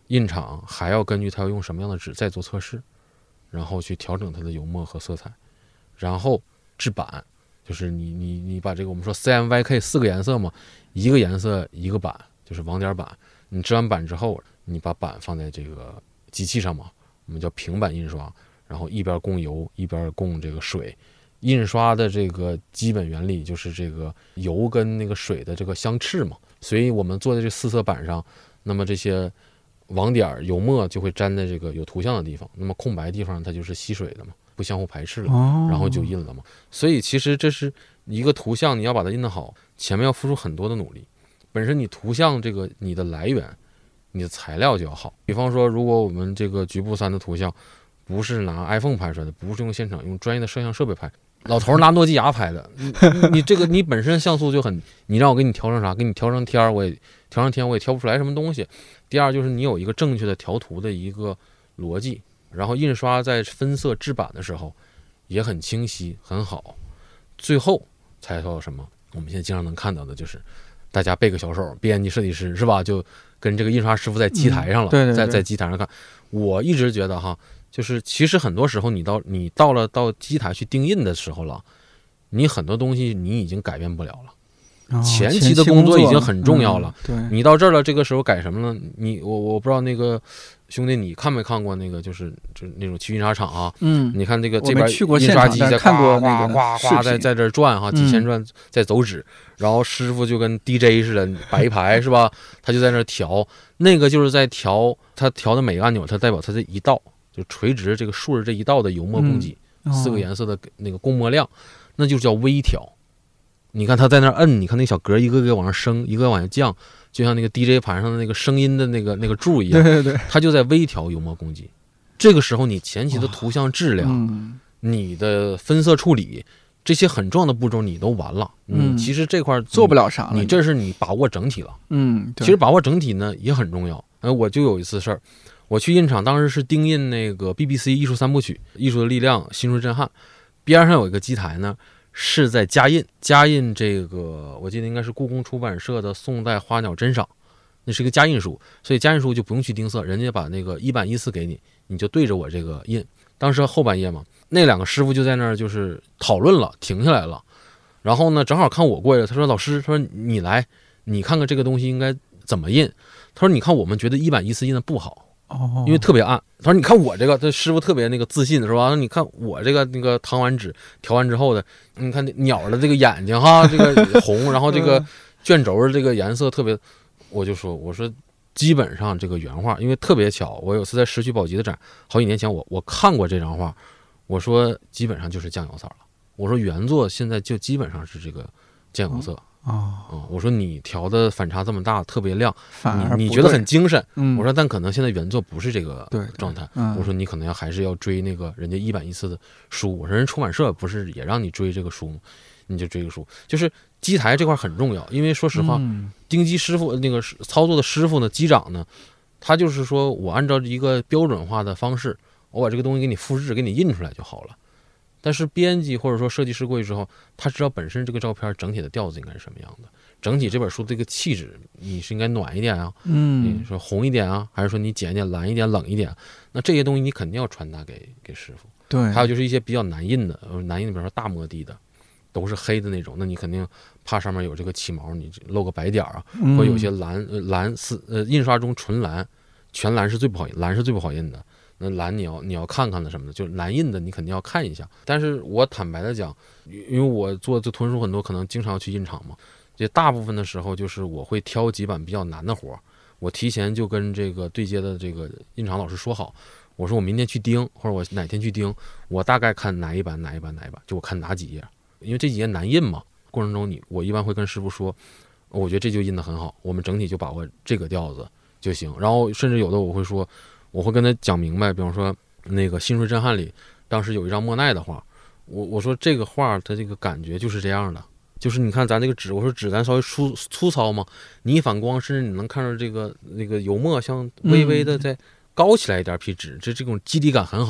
Speaker 2: 印厂还要根据它要用什么样的纸再做测试，然后去调整它的油墨和色彩，然后制版，就是你把这个我们说 CMYK 4个颜色嘛，一个颜色一个版，就是网点版。你制完版之后，你把版放在这个机器上嘛，我们叫平板印刷，然后一边供油一边供这个水。印刷的这个基本原理就是这个油跟那个水的这个相斥嘛，所以我们做的这4色板上，那么这些网点油墨就会粘在这个有图像的地方，那么空白地方它就是吸水的嘛，不相互排斥了，然后就印了嘛。所以其实这是一个图像，你要把它印得好，前面要付出很多的努力。本身你图像这个你的来源，你的材料就要好。比方说，如果我们这个局部3的图像不是拿 iPhone 拍出来的，不是用现场用专业的摄像设备拍，老头拿诺基亚拍的，你这个你本身像素就很，你让我给你调成啥？给你调成天，我也调不出来什么东西。第二就是你有一个正确的调图的一个逻辑，然后印刷在分色制版的时候也很清晰很好，最后才到什么？我们现在经常能看到的就是大家背个小手，编辑设计师是吧？就跟这个印刷师傅在机台上了，
Speaker 1: 对，
Speaker 2: 在机台上看。我一直觉得哈，就是其实很多时候你到了机台去定印的时候了，你很多东西你已经改变不了了。前期的工作已经很重要了。
Speaker 1: 对，
Speaker 2: 你到这儿了，这个时候改什么呢？我不知道那个兄弟你看没看过那个就是那种去印刷厂啊？你看这个这边印刷机在呱呱在这转哈，几千转在走纸，然后师傅就跟 DJ 似的摆一排是吧？他就在那调，那个就是在调，他调的每个按钮，它代表它这一道就垂直这个竖着这一道的油墨供给，4个颜色的那个供墨量，那就叫微调。你看他在那摁，你看那小格一个个往上升，一个往下降，就像那个 DJ 盘上的那个声音的那个柱一样。
Speaker 1: 对，他
Speaker 2: 就在微调油墨供给。这个时候你前期的图像质量，你的分色处理，这些很重要的步骤你都完了。其实这块
Speaker 1: 做不了啥了，
Speaker 2: 你这是你把握整体了。
Speaker 1: 对，
Speaker 2: 其实把握整体呢也很重要。我就有一次事儿，我去印厂，当时是定印那个 BBC 艺术3部曲《艺术的力量》《新锐震撼》，边上有一个机台呢。是在加印这个，我记得应该是故宫出版社的《宋代花鸟珍赏》，那是一个加印书，所以加印书就不用去盯色，人家把那个1版1/4给你，你就对着我这个印。当时后半夜嘛，那2个师傅就在那儿就是讨论了，停下来了。然后呢，正好看我过来了，他说：“老师，他说你来，你看看这个东西应该怎么印。”他说：“你看我们觉得1版1/4印的不好。”因为特别暗。他说：“你看我这个，这师傅特别那个自信是吧？你看我这个那个唐完纸调完之后的，你看鸟的这个眼睛哈，这个红，然后这个卷轴的这个颜色特别。”我说基本上这个原画，因为特别巧，我有次在石渠宝笈的展，好几年前我看过这张画，我说基本上就是酱油色了。我说原作现在就基本上是这个酱油色。我说你调的反差这么大，特别亮，你觉得很精神。我说但可能现在原作不是这个状态。我说你可能还是要追那个人家1版1/4的书。我说人出版社不是也让你追这个书吗？你就追个书。就是机台这块很重要，因为说实话，钉机师傅那个操作的师傅呢，机长呢，他就是说我按照一个标准化的方式，我把这个东西给你复制，给你印出来就好了。但是编辑或者说设计师过去之后，他知道本身这个照片整体的调子应该是什么样的，整体这本书的这个气质，你是应该暖一点啊，你说红一点啊，还是说你减一点蓝一点冷一点？那这些东西你肯定要传达给师傅。
Speaker 1: 对，
Speaker 2: 还有就是一些比较难印的，比如说大摩的都是黑的那种，那你肯定怕上面有这个起毛，你露个白点啊，或有些蓝印刷中纯蓝，全蓝是最不好印，蓝是最不好印的。那蓝你要看看的什么的，就难印的你肯定要看一下。但是我坦白的讲，因为我做这囤书很多，可能经常要去印厂嘛，这大部分的时候就是我会挑几版比较难的活，我提前就跟这个对接的这个印厂老师说好，我说我明天去盯，或者我哪天去盯，我大概看哪一版，就我看哪几页，因为这几页难印嘛。过程中我一般会跟师傅说，我觉得这就印得很好，我们整体就把握这个调子就行。然后甚至有的我会说。我会跟他讲明白，比方说那个《新锐震撼》里，当时有一张莫奈的画，我说这个画它这个感觉就是这样的，就是你看咱这个纸，我说纸咱稍微粗糙嘛，你一反光，甚至你能看到那个油墨像微微的在高起来一点，皮纸这种肌理感很好。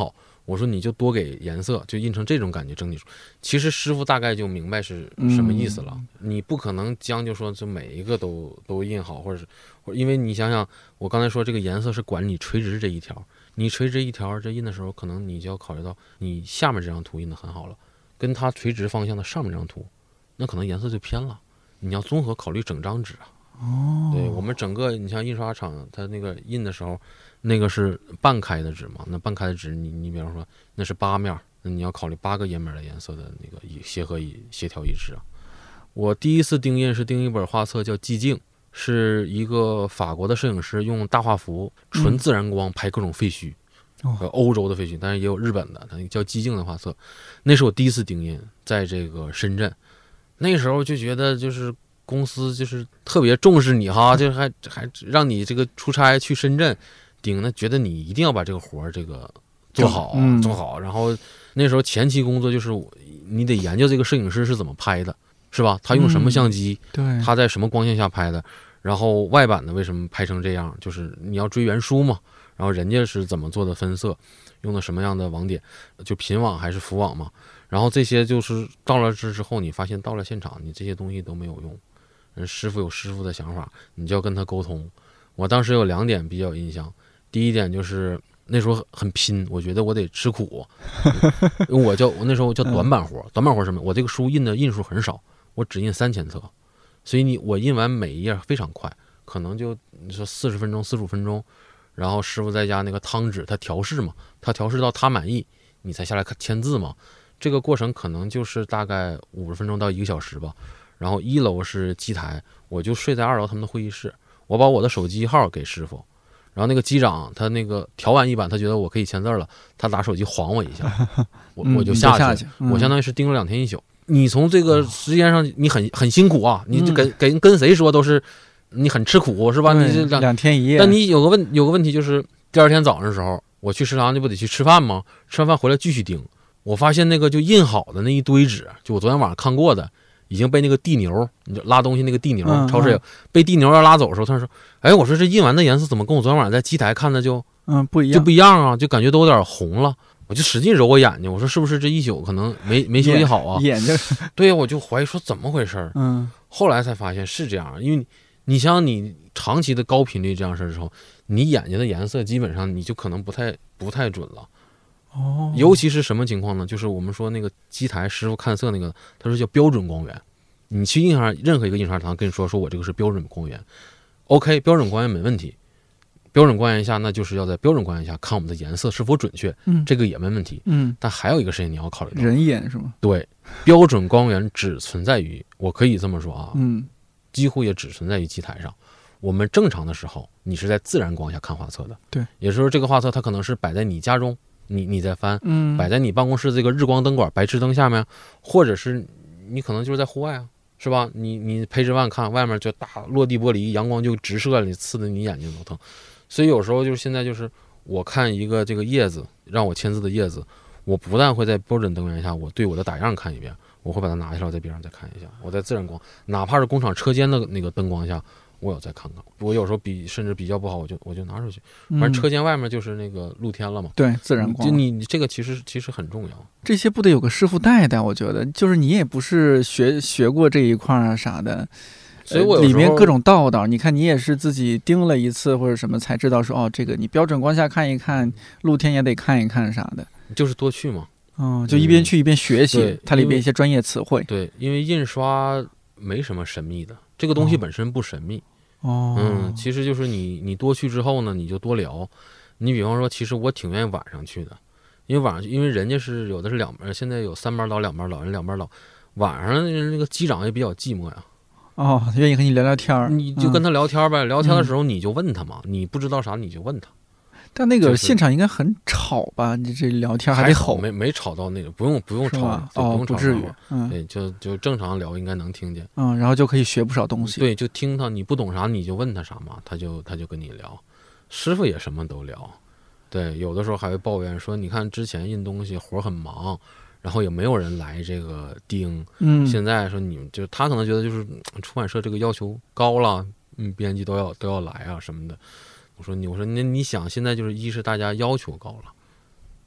Speaker 2: 我说你就多给颜色，就印成这种感觉整体出。其实师傅大概就明白是什么意思了。你不可能将就说就每一个都印好，或者因为你想想，我刚才说这个颜色是管你垂直这一条，你垂直一条这印的时候，可能你就要考虑到你下面这张图印的很好了，跟它垂直方向的上面这张图，那可能颜色就偏了。你要综合考虑整张纸啊。对，我们整个你像印刷厂，它那个印的时候，那个是半开的纸嘛，那半开的纸你比方说那是8面，那你要考虑8个页面的颜色的那个协调一致啊。我第一次盯印是盯一本画册叫《寂静》，是一个法国的摄影师用大画幅纯自然光拍各种废墟，欧洲的废墟，当然也有日本的，它叫《寂静》的画册。那是我第一次盯印，在这个深圳，那时候就觉得就是公司就是特别重视你哈，就还让你这个出差去深圳盯，那觉得你一定要把这个活这个做好做好。然后那时候前期工作就是你得研究这个摄影师是怎么拍的，是吧？他用什么相机，
Speaker 1: 对，
Speaker 2: 他在什么光线下拍的，然后外版的为什么拍成这样，就是你要追原书嘛。然后人家是怎么做的分色，用的什么样的网点，就频网还是浮网嘛。然后这些就是到了这之后，你发现到了现场，你这些东西都没有用。人师傅有师傅的想法，你就要跟他沟通。我当时有2点比较有印象，第一点就是那时候很拼，我觉得我得吃苦。我那时候叫短板活，短板活是什么？我这个书印数很少，我只印3000册，所以我印完每一页非常快，可能就你说40分钟、45分钟。然后师傅在家那个汤纸他调试嘛，他调试到他满意，你才下来签字嘛。这个过程可能就是大概50分钟到1个小时吧。然后1楼是机台，我就睡在2楼他们的会议室，我把我的手机号给师傅，然后那个机长他那个调完一版，他觉得我可以签字了，他拿手机晃我一下，我就下去，我相当于是盯了2天1宿。你从这个时间上你很辛苦啊，你就跟谁说都是你很吃苦是吧？你这
Speaker 1: 2天1夜。
Speaker 2: 但你有个问题就是第2天早上的时候，我去食堂就不得去吃饭吗？吃完饭回来继续盯，我发现那个就印好的那一堆纸，就我昨天晚上看过的。已经被那个地牛，你就拉东西那个地牛，超市有被地牛要拉走的时候，他说：“哎，我说这印完的颜色怎么跟我昨天晚上在机台看的就
Speaker 1: 不一样，
Speaker 2: 就不一样啊，就感觉都有点红了。”我就使劲揉我眼睛，我说是不是这1宿可能没休息好啊？
Speaker 1: 眼睛
Speaker 2: 对呀，我就怀疑说怎么回事。后来才发现是这样，因为你像你长期的高频率这样事儿之后，你眼睛的颜色基本上你就可能不太准了。尤其是什么情况呢？就是我们说那个机台师傅看色那个，他说叫标准光源。你去印刷任何一个印刷厂跟你说我这个是标准光源 ，OK， 标准光源没问题。标准光源下，那就是要在标准光源下看我们的颜色是否准确，这个也没问题。但还有一个事情你要考虑到，
Speaker 1: 人眼是吗？
Speaker 2: 对，标准光源只存在于，我可以这么说啊，几乎也只存在于机台上。我们正常的时候，你是在自然光下看画册的，
Speaker 1: 对，
Speaker 2: 也就是说这个画册它可能是摆在你家中。你在翻，摆在你办公室这个日光灯管白炽灯下面，或者是你可能就是在户外啊，是吧？你陪着看外面就大落地玻璃，阳光就直射你，刺得你眼睛都疼。所以有时候就是现在就是我看一个这个叶子，让我签字的叶子，我不但会在标准灯源下，我对我的打样看一遍，我会把它拿下来在边上再看一下。我在自然光，哪怕是工厂车间的那个灯光下。我有再看看，我有时候甚至比较不好，我就拿出去。反正车间外面就是那个露天了嘛，
Speaker 1: 对，自然光。
Speaker 2: 就你这个其实很重要。
Speaker 1: 这些不得有个师傅带，我觉得就是你也不是学过这一块啊啥的，
Speaker 2: 所以我
Speaker 1: 里面各种道道，你看你也是自己盯了一次或者什么才知道说这个你标准光下看一看，露天也得看一看啥的，
Speaker 2: 就是多去嘛。
Speaker 1: 就一边去一边学习，它里边一些专业词汇。
Speaker 2: 对，因为印刷没什么神秘的，这个东西本身不神秘。其实就是你多去之后呢，你就多聊。你比方说，其实我挺愿意晚上去的，因为人家是有的是2班，现在有3班倒2班倒，人2班倒。晚上那个机长也比较寂寞呀。
Speaker 1: 愿意和你聊聊天，
Speaker 2: 你就跟他聊天呗。聊天的时候你就问他嘛，你不知道啥你就问他。
Speaker 1: 但那个现场应该很吵吧？你这聊天还得吼，
Speaker 2: 没吵到那个，不用吵，
Speaker 1: 不至于。
Speaker 2: 对，就正常聊，应该能听见。
Speaker 1: 然后就可以学不少东西。
Speaker 2: 对，就听他，你不懂啥你就问他啥嘛，他就跟你聊。师傅也什么都聊。对，有的时候还会抱怨说，你看之前印东西活很忙，然后也没有人来这个盯。现在说你们就他可能觉得就是出版社这个要求高了，编辑都要来啊什么的。我说你想现在就是一是大家要求高了，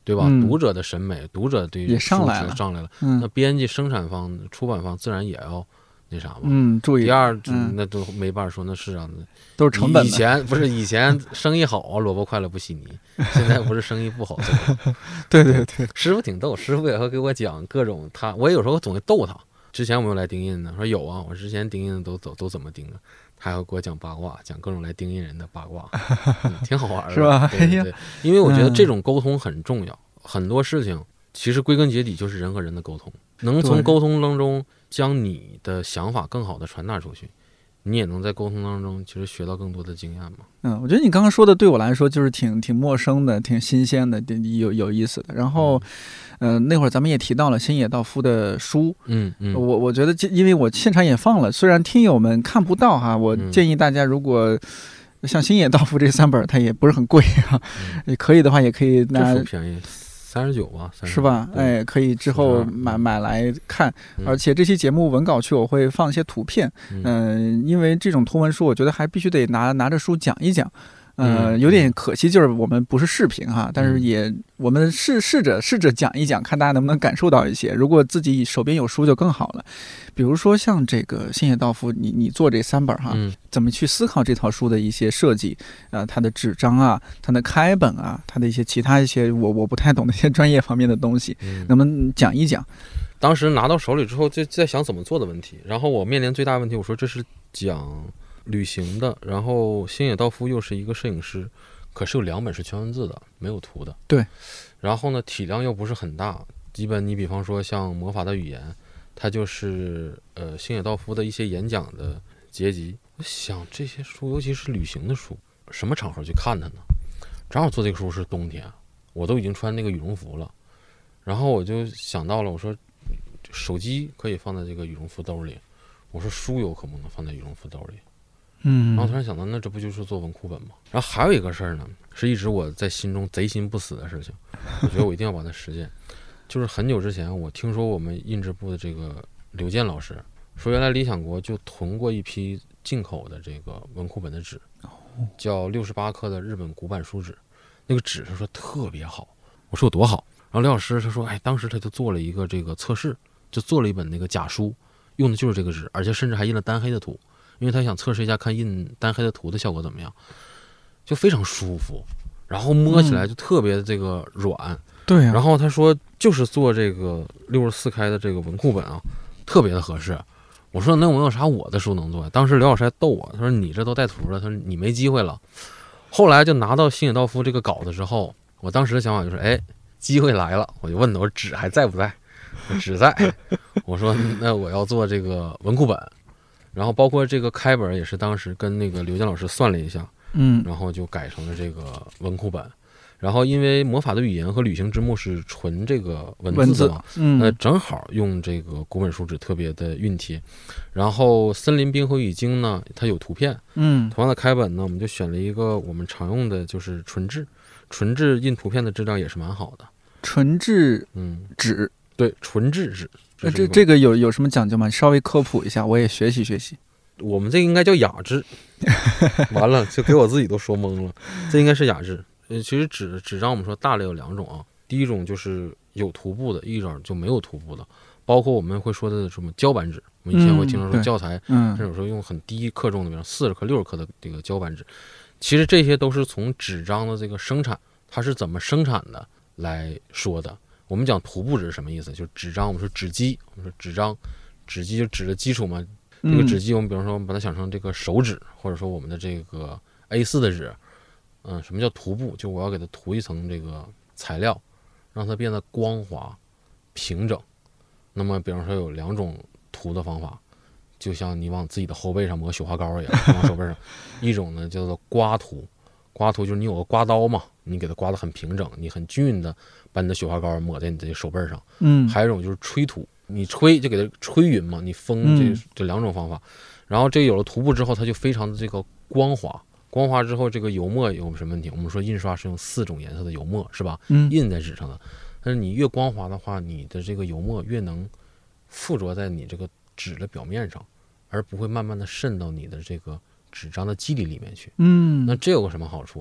Speaker 2: 对吧？读者的审美，读者对
Speaker 1: 也上来
Speaker 2: 了，那编辑、生产方、出版方自然也要那啥嘛。
Speaker 1: 注意。
Speaker 2: 第二，那都没办法说，那是啊，
Speaker 1: 都是成本的。
Speaker 2: 以前生意好，萝卜快乐不稀泥，现在不是生意不好。
Speaker 1: 对，
Speaker 2: 师傅挺逗，师傅也会给我讲各种我有时候总会逗他。之前我们有来钉印的，说有啊，我之前钉印的都怎么钉的，他还会给我讲八卦，讲各种来钉印人的八卦，挺好玩的，
Speaker 1: 是吧？
Speaker 2: 对，因为我觉得这种沟通很重要，很多事情其实归根结底就是人和人的沟通，能从沟通当中将你的想法更好的传达出去，你也能在沟通当中其实学到更多的经验嘛。
Speaker 1: 我觉得你刚刚说的对我来说就是挺陌生的，挺新鲜的，有意思的。然后那会儿咱们也提到了星野道夫的书，我觉得因为我现场也放了，虽然听友们看不到哈，我建议大家如果像星野道夫这3本它也不是很贵啊，也可以的话也可以拿，
Speaker 2: 这书便宜39吧，
Speaker 1: 是吧？哎，可以之后买来看。而且这期节目文稿区我会放一些图片，因为这种图文书我觉得还必须得拿着书讲一讲。有点可惜，就是我们不是视频哈，但是我们试着讲一讲，看大家能不能感受到一些。如果自己手边有书就更好了。比如说像这个星野道夫，你做这3本哈，怎么去思考这套书的一些设计，它的纸张啊，它的开本啊，它的一些其他一些我不太懂的一些专业方面的东西，能不能讲一讲？
Speaker 2: 当时拿到手里之后就在想怎么做的问题，然后我面临最大的问题，我说这是讲旅行的，然后星野道夫又是一个摄影师，可是有2本是全文字的，没有图的。
Speaker 1: 对。
Speaker 2: 然后呢，体量又不是很大，基本你比方说像《魔法的语言》，它就是星野道夫的一些演讲的结集。我想这些书，尤其是旅行的书，什么场合去看它呢？正好做这个书是冬天，我都已经穿那个羽绒服了，然后我就想到了，我说手机可以放在这个羽绒服兜里，我说书有可不能放在羽绒服兜里。然后突然想到，那这不就是做文库本吗？然后还有一个事儿呢，是一直我在心中贼心不死的事情，我觉得我一定要把它实现。就是很久之前，我听说我们印制部的这个刘健老师说，原来理想国就囤过一批进口的这个文库本的纸，叫68克的日本古板书纸，那个纸他说特别好。我说有多好？然后刘老师他说，当时他就做了一个这个测试，就做了一本那个假书，用的就是这个纸，而且甚至还印了单黑的图。因为他想测试一下看印单黑的图的效果怎么样，就非常舒服，然后摸起来就特别这个软。
Speaker 1: 对啊。
Speaker 2: 然后他说就是做这个64开的这个文库本啊，特别的合适。我说那有没有啥我的书能做呀？当时刘老师还逗我，他说你这都带图了，他说你没机会了。后来就拿到星野道夫这个稿子之后，我当时的想法就是机会来了，我就问他，我说纸还在不在？纸在。我说那我要做这个文库本。然后包括这个开本也是当时跟那个刘健老师算了一下，然后就改成了这个文库本。然后因为魔法的语言和旅行之幕是纯这个文字嘛，正好用这个古本书纸特别的熨贴。然后森林冰河语经呢，它有图片，同样的开本呢，我们就选了一个我们常用的就是纯质印图片的质量也是蛮好的，
Speaker 1: 纯质纸，
Speaker 2: 对，纯质纸。
Speaker 1: 这个有什么讲究吗？稍微科普一下，我也学习学习。
Speaker 2: 我们这个应该叫雅致。完了就给我自己都说懵了，这应该是雅致。其实纸张我们说大类有2种啊，第一种就是有涂布的，一种就没有涂布的，包括我们会说的什么胶板纸，我们以前会经常说教材，甚至有时候用很低克重的，比如40克、60克的这个胶板纸。其实这些都是从纸张的这个生产，它是怎么生产的来说的。我们讲涂布纸是什么意思？就是纸张，我们说纸基，我们说纸张，纸基就纸的基础嘛。这个纸基我们比方说把它想成这个手纸，或者说我们的这个 A4 的纸。什么叫涂布？就我要给它涂一层这个材料，让它变得光滑、平整。那么比方说有2种涂的方法，就像你往自己的后背上抹雪花膏一样，往手背上。一种呢叫做刮涂，刮涂就是你有个刮刀嘛，你给它刮得很平整，你很均匀的把你的雪花膏抹在你的手背上。还有一种就是吹涂，你吹就给它吹匀嘛，你封这2种方法。然后这个有了涂布之后，它就非常的这个光滑。光滑之后，这个油墨有什么问题？我们说印刷是用4种颜色的油墨，是吧？印在纸上的。但是你越光滑的话，你的这个油墨越能附着在你这个纸的表面上，而不会慢慢的渗到你的这个纸张的肌理里面去。那这有个什么好处啊？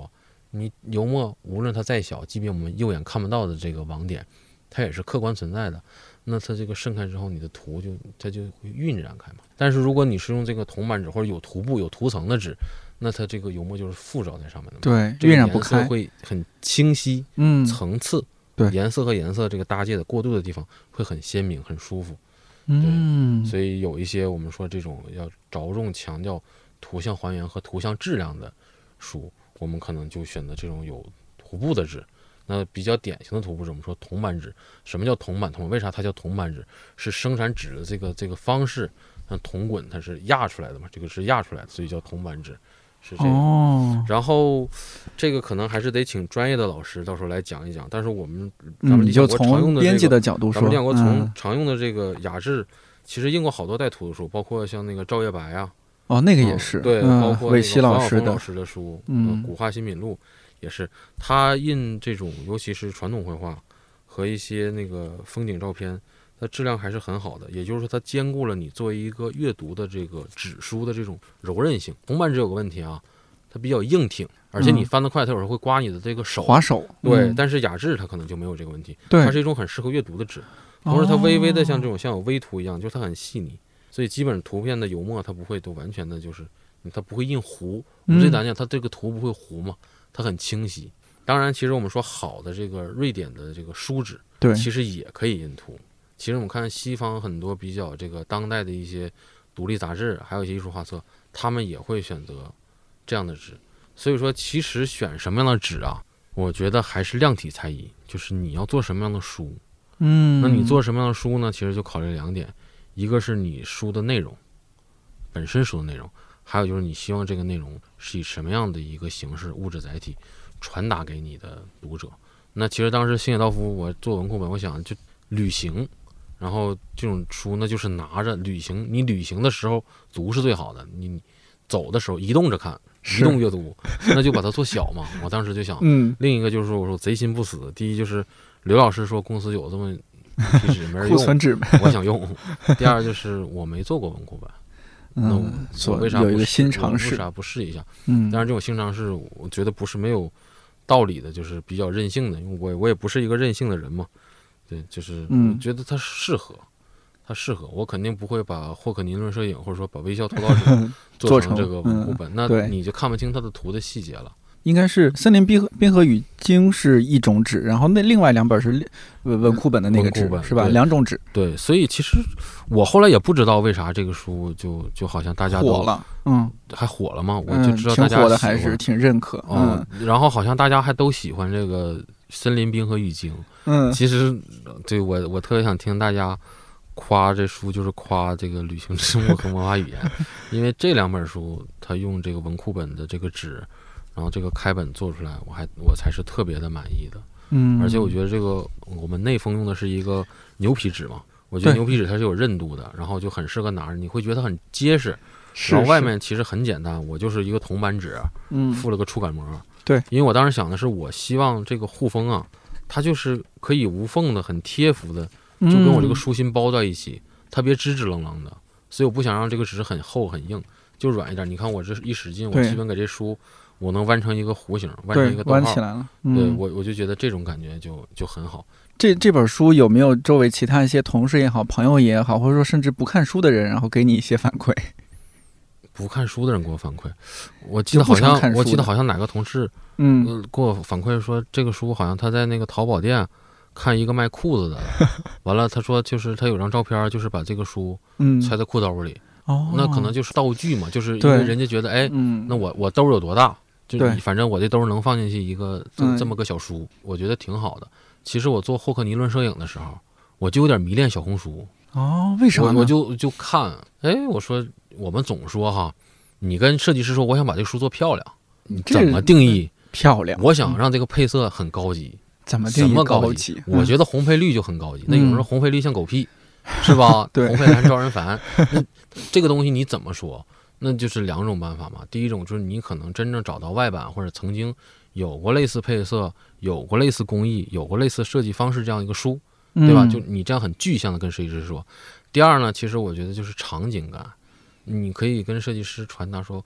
Speaker 2: 你油墨无论它再小，即便我们右眼看不到的这个网点，它也是客观存在的。那它这个盛开之后，你的图它就会晕染开嘛。但是如果你是用这个铜版纸或者有涂布有涂层的纸，那它这个油墨就是附着在上面的嘛，
Speaker 1: 对，晕染不开，
Speaker 2: 颜色会很清晰，层次，
Speaker 1: 对，
Speaker 2: 颜色和颜色这个搭界的过渡的地方会很鲜明，很舒服。所以有一些我们说这种要着重强调图像还原和图像质量的书，我们可能就选择这种有涂布的纸。那比较典型的涂布纸，我们说铜版纸。什么叫铜版？为啥它叫铜版纸？是生产纸的这个方式，像铜滚它是压出来的嘛，这个是压出来的，所以叫铜版纸，是这个。然后这个可能还是得请专业的老师到时候来讲一讲。但是咱们
Speaker 1: 你就从编辑的角度说，
Speaker 2: 咱们讲过从常用的这个雅致，其实印过好多代图的书，包括像那个赵月白啊，
Speaker 1: 那个也是，
Speaker 2: 对，包括
Speaker 1: 韦希老师
Speaker 2: 的书，古画新品录。也是他印这种尤其是传统绘画和一些那个风景照片，它质量还是很好的。也就是说它兼顾了你作为一个阅读的这个纸书的这种柔韧性。铜版纸有个问题啊，它比较硬挺，而且你翻得快，它有时候会刮你的这个手，
Speaker 1: 滑手。
Speaker 2: 对，但是雅致它可能就没有这个问题，
Speaker 1: 对，
Speaker 2: 它是一种很适合阅读的纸。同时它微微的像这种像有微涂一样，就是它很细腻，所以基本图片的油墨它不会都完全的就是它不会印糊。我们最难讲它这个图不会糊嘛，它很清晰。当然其实我们说好的这个瑞典的这个书纸，
Speaker 1: 对，
Speaker 2: 其实也可以印图。其实我们看西方很多比较这个当代的一些独立杂志，还有一些艺术画册，他们也会选择这样的纸。所以说其实选什么样的纸啊，我觉得还是量体裁衣，就是你要做什么样的书。那你做什么样的书呢，其实就考虑2点，一个是你书的内容本身，书的内容，还有就是你希望这个内容是以什么样的一个形式物质载体传达给你的读者。那其实当时星野道夫我做文库本，我想就旅行，然后这种书呢就是拿着旅行，你旅行的时候读是最好的，你走的时候移动着看，移动阅读，那就把它做小嘛。我当时就想，另一个就是说我说贼心不死，第一就是刘老师说公司有这么一批纸没人用，我想用。第二就是我没做过文库本，那我为啥
Speaker 1: 有一个新尝试，
Speaker 2: 为啥不试一下？当然这种新尝试我觉得不是没有道理的，就是比较任性的，因为我也不是一个任性的人嘛。对，就是我觉得它适合，我肯定不会把霍克尼论摄影或者说把微笑拖稿纸做成这个文库本，那你就看不清它的图的细节了。
Speaker 1: 应该是《森林冰河语经》是一种纸，然后那另外2本是文库本的那个纸，是吧？2种纸。
Speaker 2: 对，所以其实我后来也不知道为啥这个书就好像大家都
Speaker 1: 火了，
Speaker 2: 还火了吗？我就知道大家
Speaker 1: 挺火的，还是挺认可。
Speaker 2: 然后好像大家还都喜欢这个《森林冰河语经》。其实对我特别想听大家夸这书，就是夸这个旅行之墨和魔法语言，因为这2本书它用这个文库本的这个纸，然后这个开本做出来，我才是特别的满意的。而且我觉得这个我们内封用的是一个牛皮纸嘛，我觉得牛皮纸它是有韧度的，然后就很适合拿着，你会觉得很结实。然后外面其实很简单，我就是一个铜版纸，附了个触感膜。
Speaker 1: 对，
Speaker 2: 因为我当时想的是，我希望这个护封啊，它就是可以无缝的、很贴服的，就跟我这个书心包在一起，特别支支棱棱的。所以我不想让这个纸很厚很硬，就软一点。你看我这一使劲，我基本给这书我能弯成一个弧形，弯成一个逗号，
Speaker 1: 弯起来了。
Speaker 2: 对，我就觉得这种感觉就很好。
Speaker 1: 这本书有没有周围其他一些同事也好、朋友也好，或者说甚至不看书的人，然后给你一些反馈？
Speaker 2: 不看书的人给我反馈，我记得好像哪个同事给我反馈说，这个书好像他在那个淘宝店看一个卖裤子的，完了他说就是他有张照片，就是把这个书揣在裤兜里。那可能就是道具嘛，就是因为人家觉得那我兜有多大，就反正我这兜能放进去一个这么个小书，我觉得挺好的。其实我做霍克尼论摄影的时候，我就有点迷恋小红书。
Speaker 1: 为啥呢？
Speaker 2: 我就看，我说我们总说哈，你跟设计师说我想把这个书做漂亮，你怎么定义
Speaker 1: 漂亮？
Speaker 2: 我想让这个配色很高级，
Speaker 1: 怎么定义高级？
Speaker 2: 我觉得红配绿就很高级，那有人说红配绿像狗屁，是吧？
Speaker 1: 对，
Speaker 2: 红配蓝招人烦。那这个东西你怎么说？那就是2种办法嘛。第一种就是你可能真正找到外版或者曾经有过类似配色、有过类似工艺、有过类似设计方式这样一个书，对吧？就你这样很具象的跟设计师说。第二呢，其实我觉得就是场景感，你可以跟设计师传达说，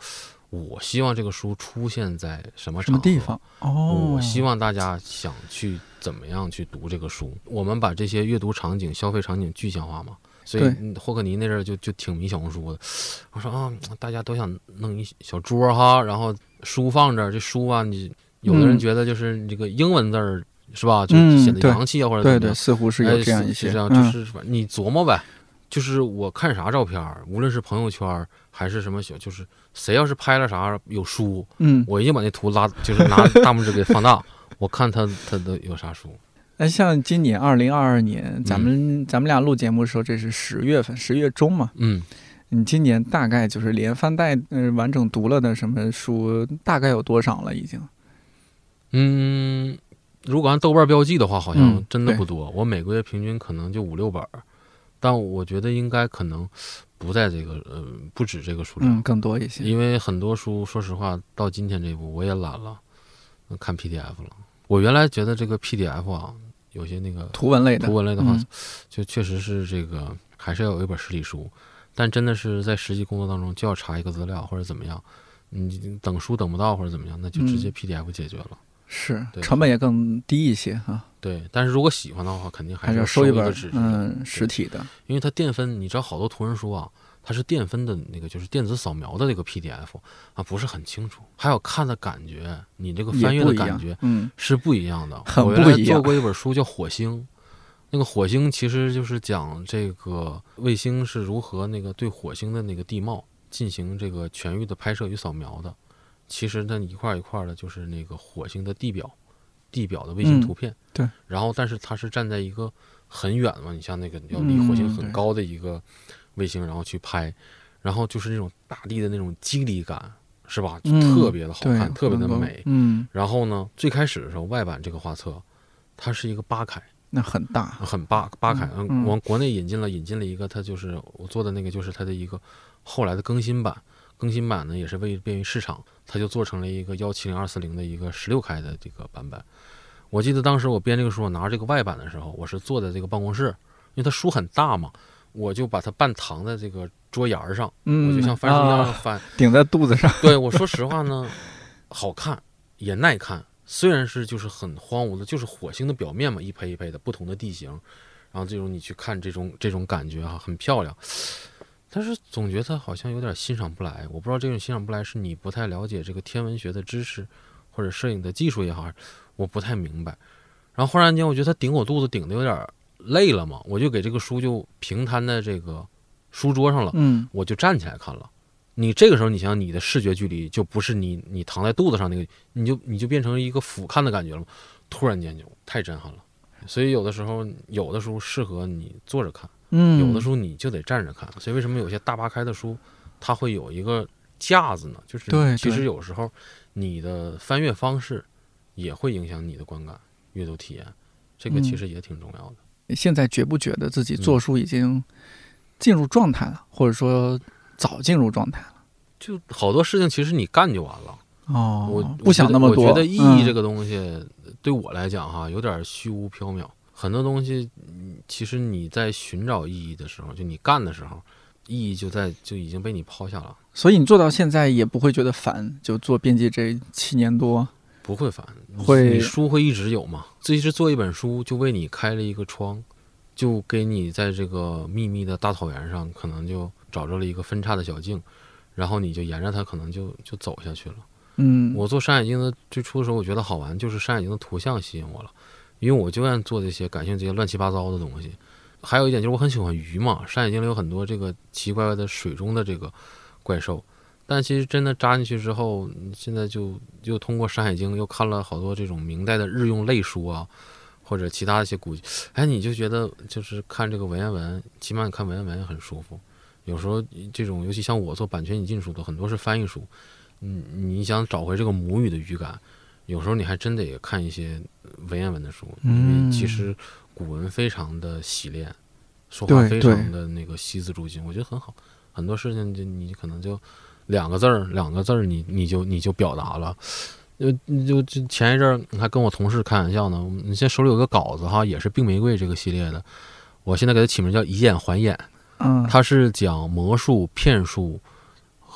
Speaker 2: 我希望这个书出现在什么
Speaker 1: 什么地方？
Speaker 2: 我希望大家想去怎么样去读这个书。我们把这些阅读场景、消费场景具象化嘛。所以霍克尼那阵就挺迷小红书的。我说啊，大家都想弄一小桌哈，然后书放着，这书啊，你有的人觉得就是这个英文字儿是吧，就显得洋气啊，或者怎么样。
Speaker 1: 对，似乎是有这样一些。
Speaker 2: 这样就是你琢磨呗。就是我看啥照片，无论是朋友圈还是什么小，就是谁要是拍了啥有书，我一定把那图就是拿大拇指给放大，我看他都有啥书。
Speaker 1: 那像今年2022年，咱们俩录节目的时候，这是10月份，10月中嘛。你今年大概就是连翻带完整读了的什么书，大概有多少了已经？
Speaker 2: 如果按豆瓣标记的话，好像真的不多。我每个月平均可能就5-6本。但我觉得应该可能不在这个不止这个数量，
Speaker 1: 更多一些。
Speaker 2: 因为很多书，说实话，到今天这一步我也懒了，看 PDF 了。我原来觉得这个 PDF 啊，有些那个
Speaker 1: 图文类的
Speaker 2: 话，就确实是这个还是要有一本实体书，但真的是在实际工作当中就要查一个资料或者怎么样，你等书等不到或者怎么样，那就直接 PDF 解决了。
Speaker 1: 是，成本也更低一些哈。
Speaker 2: 对，但是如果喜欢的话，肯定还是
Speaker 1: 要
Speaker 2: 收
Speaker 1: 一本
Speaker 2: 实
Speaker 1: 体的，
Speaker 2: 因为它电分，你知道好多图文书啊，它是电分的那个，就是电子扫描的那个 PDF 啊，不是很清楚，还有看的感觉，你这个翻阅的感觉是不一样的。
Speaker 1: 很不一样。
Speaker 2: 我原来做过一本书叫《火星》，那个火星其实就是讲这个卫星是如何那个对火星的那个地貌进行这个全域的拍摄与扫描的。其实它一块一块的，就是那个火星的地表的卫星图片。
Speaker 1: 对。
Speaker 2: 然后，但是它是站在一个很远嘛，你像那个要离火星很高的一个卫星，然后去拍，然后就是那种大地的那种肌理感，是吧？就特别的好看，特别的美。然后呢，最开始的时候，外版这个画册，它是一个8楷，
Speaker 1: 那很大，
Speaker 2: 很8楷。往国内引进了一个，它就是我做的那个，就是它的一个后来的更新版。更新版呢也是为便于市场，它就做成了一个170240的一个16开的这个版本。我记得当时我编这个书，我拿着这个外版的时候，我是坐在这个办公室，因为它书很大嘛，我就把它半躺在这个桌沿上，我就像翻书一样翻，
Speaker 1: 顶在肚子上。
Speaker 2: 对，我说实话呢，好看也耐看，虽然是就是很荒芜的，就是火星的表面嘛，一胚一胚的不同的地形，然后这种你去看这种感觉很漂亮。但是总觉得好像有点欣赏不来，我不知道这种欣赏不来是你不太了解这个天文学的知识，或者摄影的技术也好，我不太明白。然后忽然间，我觉得他顶我肚子顶的有点累了嘛，我就给这个书就平摊在这个书桌上了，我就站起来看了。你这个时候，你想想你的视觉距离就不是你躺在肚子上那个，你就变成一个俯瞰的感觉了，突然间就太震撼了。所以有的时候，有的书适合你坐着看。有的书你就得站着看，所以为什么有些大8开的书，它会有一个架子呢？就是其实有时候你的翻阅方式也会影响你的观感、阅读体验，这个其实也挺重要的。
Speaker 1: 现在觉不觉得自己做书已经进入状态了，或者说早进入状态了？
Speaker 2: 就好多事情其实你干就完了。
Speaker 1: 我不想那么多。
Speaker 2: 我觉得意义这个东西，对我来讲哈，有点虚无缥缈。很多东西，其实你在寻找意义的时候，就你干的时候，意义就已经被你抛下了。
Speaker 1: 所以你做到现在也不会觉得烦，就做编辑这7年多，
Speaker 2: 不会烦。你书会一直有嘛？其实做一本书就为你开了一个窗，就给你在这个秘密的大草原上，可能就找着了一个分叉的小径，然后你就沿着它可能就走下去了。我做山海经的最初的时候，我觉得好玩，就是山海经的图像吸引我了。因为我就爱做这些感兴趣这些乱七八糟的东西。还有一点就是我很喜欢鱼嘛，山海经里有很多这个奇怪的水中的这个怪兽，但其实真的扎进去之后，现在就又通过山海经又看了好多这种明代的日用类书啊，或者其他一些古籍，你就觉得就是看这个文言文，起码你看文言文也很舒服。有时候这种尤其像我做版权引进书的很多是翻译书，你想找回这个母语的语感，有时候你还真得看一些文言文的书，因为其实古文非常的洗练，说话非常的那个惜字诛心，我觉得很好。很多事情你可能就两个字儿你就表达了。就前一阵还跟我同事开玩笑呢，你现在手里有个稿子哈，也是病玫瑰这个系列的，我现在给它起名叫以眼还眼。它是讲魔术、骗术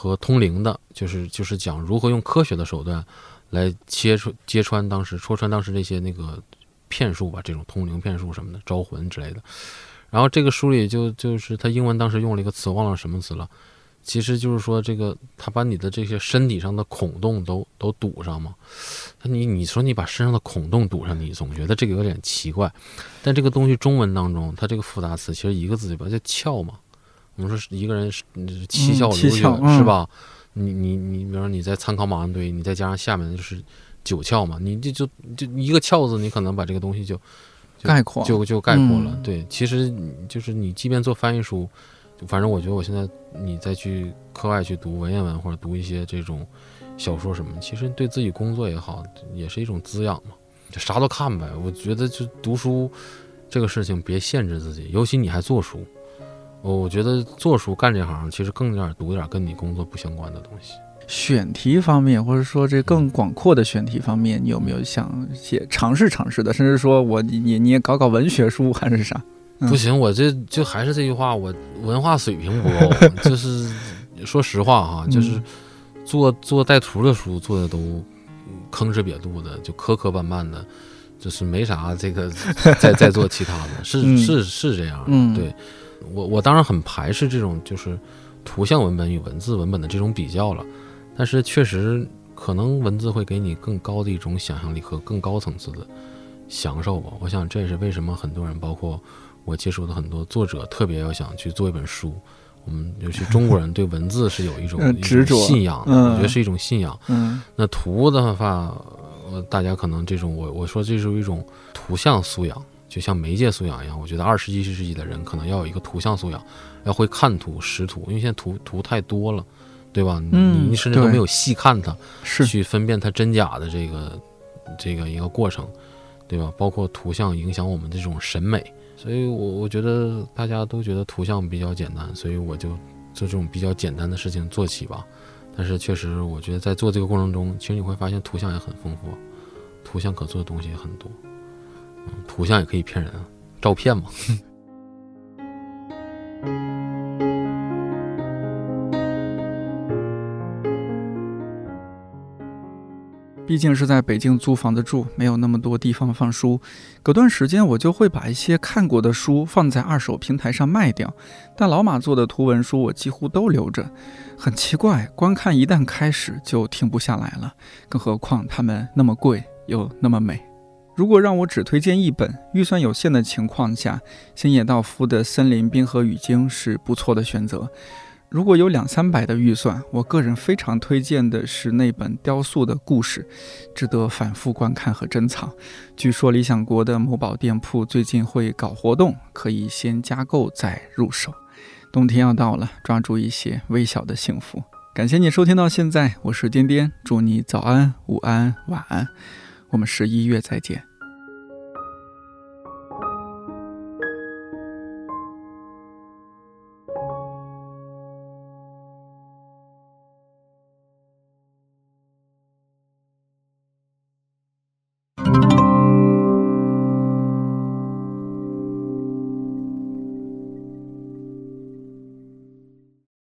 Speaker 2: 和通灵的，就是讲如何用科学的手段来戳穿当时这些那个骗术吧，这种通灵骗术什么的，招魂之类的。然后这个书里就是他英文当时用了一个词，忘了什么词了，其实就是说这个他把你的这些身体上的孔洞都堵上嘛。你说你把身上的孔洞堵上，你总觉得这个有点奇怪，但这个东西中文当中它这个复杂词其实一个字叫窍嘛。我们说一个人七窍流血，是吧？你比如说你在参考马王堆，你再加上下面的就是九窍嘛，你就一个窍字，你可能把这个东西就
Speaker 1: 概括
Speaker 2: 了。对，其实就是你即便做翻译书，反正我觉得我现在你再去课外去读文言文或者读一些这种小说什么，其实对自己工作也好，也是一种滋养嘛。就啥都看呗。我觉得就读书这个事情别限制自己，尤其你还做书。我觉得做书干这行，其实更读点跟你工作不相关的东西。
Speaker 1: 选题方面，或者说这更广阔的选题方面，你有没有想尝试的？甚至说你也搞文学书还是啥？
Speaker 2: 不行，我这就还是这句话，我文化水平不够。就是说实话哈，就是做带图的书做的都坑哧瘪肚的，就磕磕绊绊的，就是没啥这个再做其他的，是这样。对，我当然很排斥这种就是图像文本与文字文本的这种比较了，但是确实可能文字会给你更高的一种想象力和更高层次的享受吧。我想这也是为什么很多人，包括我接触的很多作者，特别要想去做一本书。我们尤其中国人对文字是有一种
Speaker 1: 执着
Speaker 2: 信仰的，我觉得是一种信仰。那图的话，大家可能这种我说这是一种图像素养，就像媒介素养一样。我觉得21世纪的人可能要有一个图像素养，要会看图识图，因为现在图太多了，对吧？你甚至都没有细看它，去分辨它真假的这个一个过程，对吧？包括图像影响我们的这种审美。所以我觉得大家都觉得图像比较简单，所以我就做这种比较简单的事情做起吧。但是确实我觉得在做这个过程中，其实你会发现图像也很丰富，图像可做的东西也很多。图像也可以骗人，照片嘛。
Speaker 1: 毕竟是在北京租房子住，没有那么多地方放书，隔段时间我就会把一些看过的书放在二手平台上卖掉，但老马做的图文书我几乎都留着。很奇怪，观看一旦开始就停不下来了，更何况它们那么贵又那么美。如果让我只推荐一本，预算有限的情况下，星野道夫的《森林冰河语经》是不错的选择。如果有200-300的预算，我个人非常推荐的是那本雕塑的故事，值得反复观看和珍藏。据说理想国的某宝店铺最近会搞活动，可以先加购再入手。冬天要到了，抓住一些微小的幸福。感谢你收听到现在，我是颠颠，祝你早安、午安、晚安。我们11月再见。